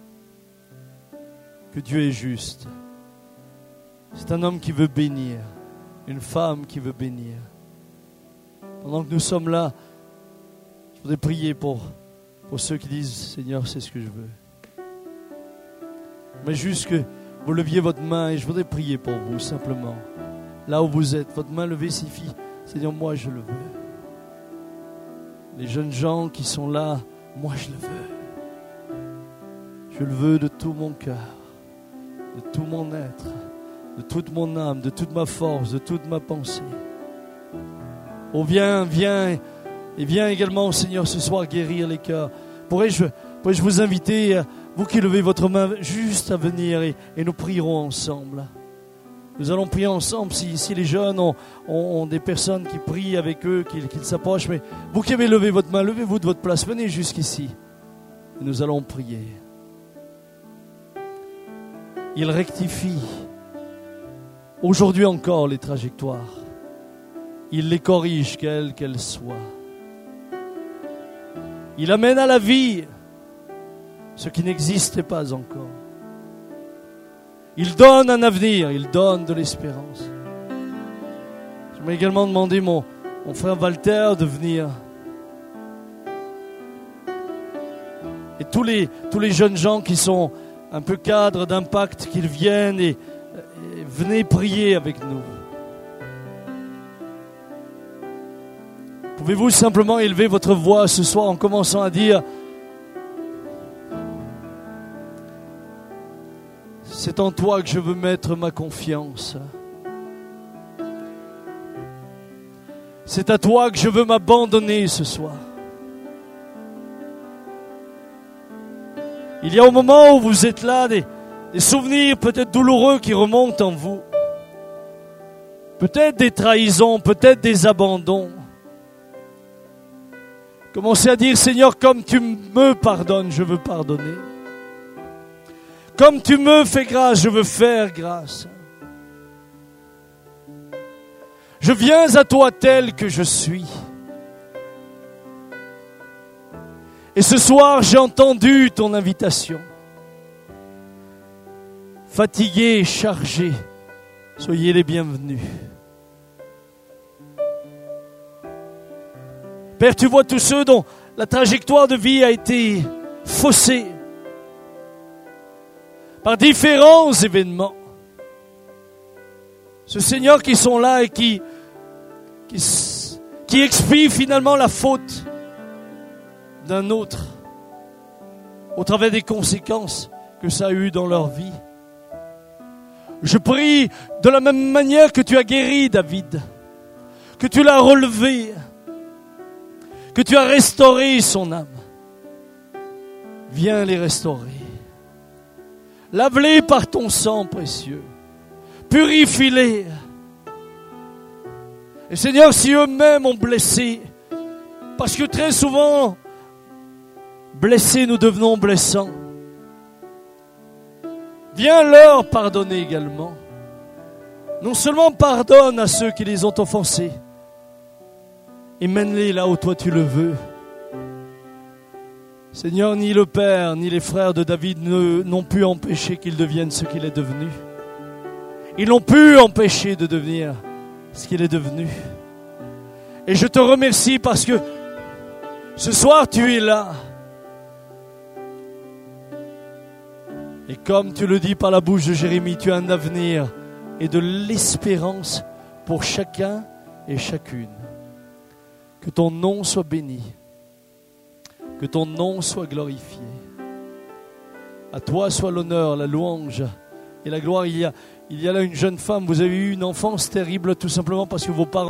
que Dieu est juste. C'est un homme qui veut bénir, une femme qui veut bénir. Pendant que nous sommes là, je voudrais prier pour ceux qui disent « Seigneur, c'est ce que je veux ». Mais juste que vous leviez votre main et je voudrais prier pour vous simplement. Là où vous êtes, votre main levée signifie « Seigneur, moi je le veux ». Les jeunes gens qui sont là, moi je le veux. Je le veux de tout mon cœur, de tout mon être, de toute mon âme, de toute ma force, de toute ma pensée. Oh, viens, et viens également, Seigneur, ce soir guérir les cœurs. Pourrais-je vous inviter, vous qui levez votre main, juste à venir et nous prierons ensemble. Nous allons prier ensemble. Si les jeunes ont des personnes qui prient avec eux, qu'ils s'approchent, mais vous qui avez levé votre main, levez-vous de votre place, venez jusqu'ici. Et nous allons prier. Il rectifie aujourd'hui encore les trajectoires. Il les corrige, quelles qu'elles soient. Il amène à la vie ce qui n'existait pas encore. Il donne un avenir, il donne de l'espérance. J'aimerais également demander mon frère Walter de venir. Et tous les jeunes gens qui sont un peu cadres d'impact, qu'ils viennent et venez prier avec nous. Pouvez-vous simplement élever votre voix ce soir en commençant à dire « C'est en toi que je veux mettre ma confiance. C'est à toi que je veux m'abandonner ce soir. » Il y a au moment où vous êtes là des souvenirs peut-être douloureux qui remontent en vous. Peut-être des trahisons, peut-être des abandons. Commencez à dire, Seigneur, comme tu me pardonnes, je veux pardonner. Comme tu me fais grâce, je veux faire grâce. Je viens à toi tel que je suis. Et ce soir, j'ai entendu ton invitation. Fatigués, chargés, soyez les bienvenus. Père, tu vois tous ceux dont la trajectoire de vie a été faussée par différents événements. Ce Seigneur qui sont là et qui expient finalement la faute d'un autre au travers des conséquences que ça a eu dans leur vie. Je prie de la même manière que tu as guéri David, que tu l'as relevé, que tu as restauré son âme. Viens les restaurer. Lave-les par ton sang précieux. Purifie-les. Et Seigneur, si eux-mêmes ont blessé, parce que très souvent, blessés, nous devenons blessants. Viens leur pardonner également. Non seulement pardonne à ceux qui les ont offensés, et mène-les là où toi tu le veux. Seigneur, ni le père, ni les frères de David n'ont pu empêcher qu'il devienne ce qu'il est devenu. Ils n'ont pu empêcher de devenir ce qu'il est devenu. Et je te remercie parce que ce soir tu es là. Et comme tu le dis par la bouche de Jérémie, tu as un avenir et de l'espérance pour chacun et chacune. Que ton nom soit béni. Que ton nom soit glorifié. À toi soit l'honneur, la louange et la gloire. Il y a là une jeune femme, vous avez eu une enfance terrible tout simplement parce que vos parents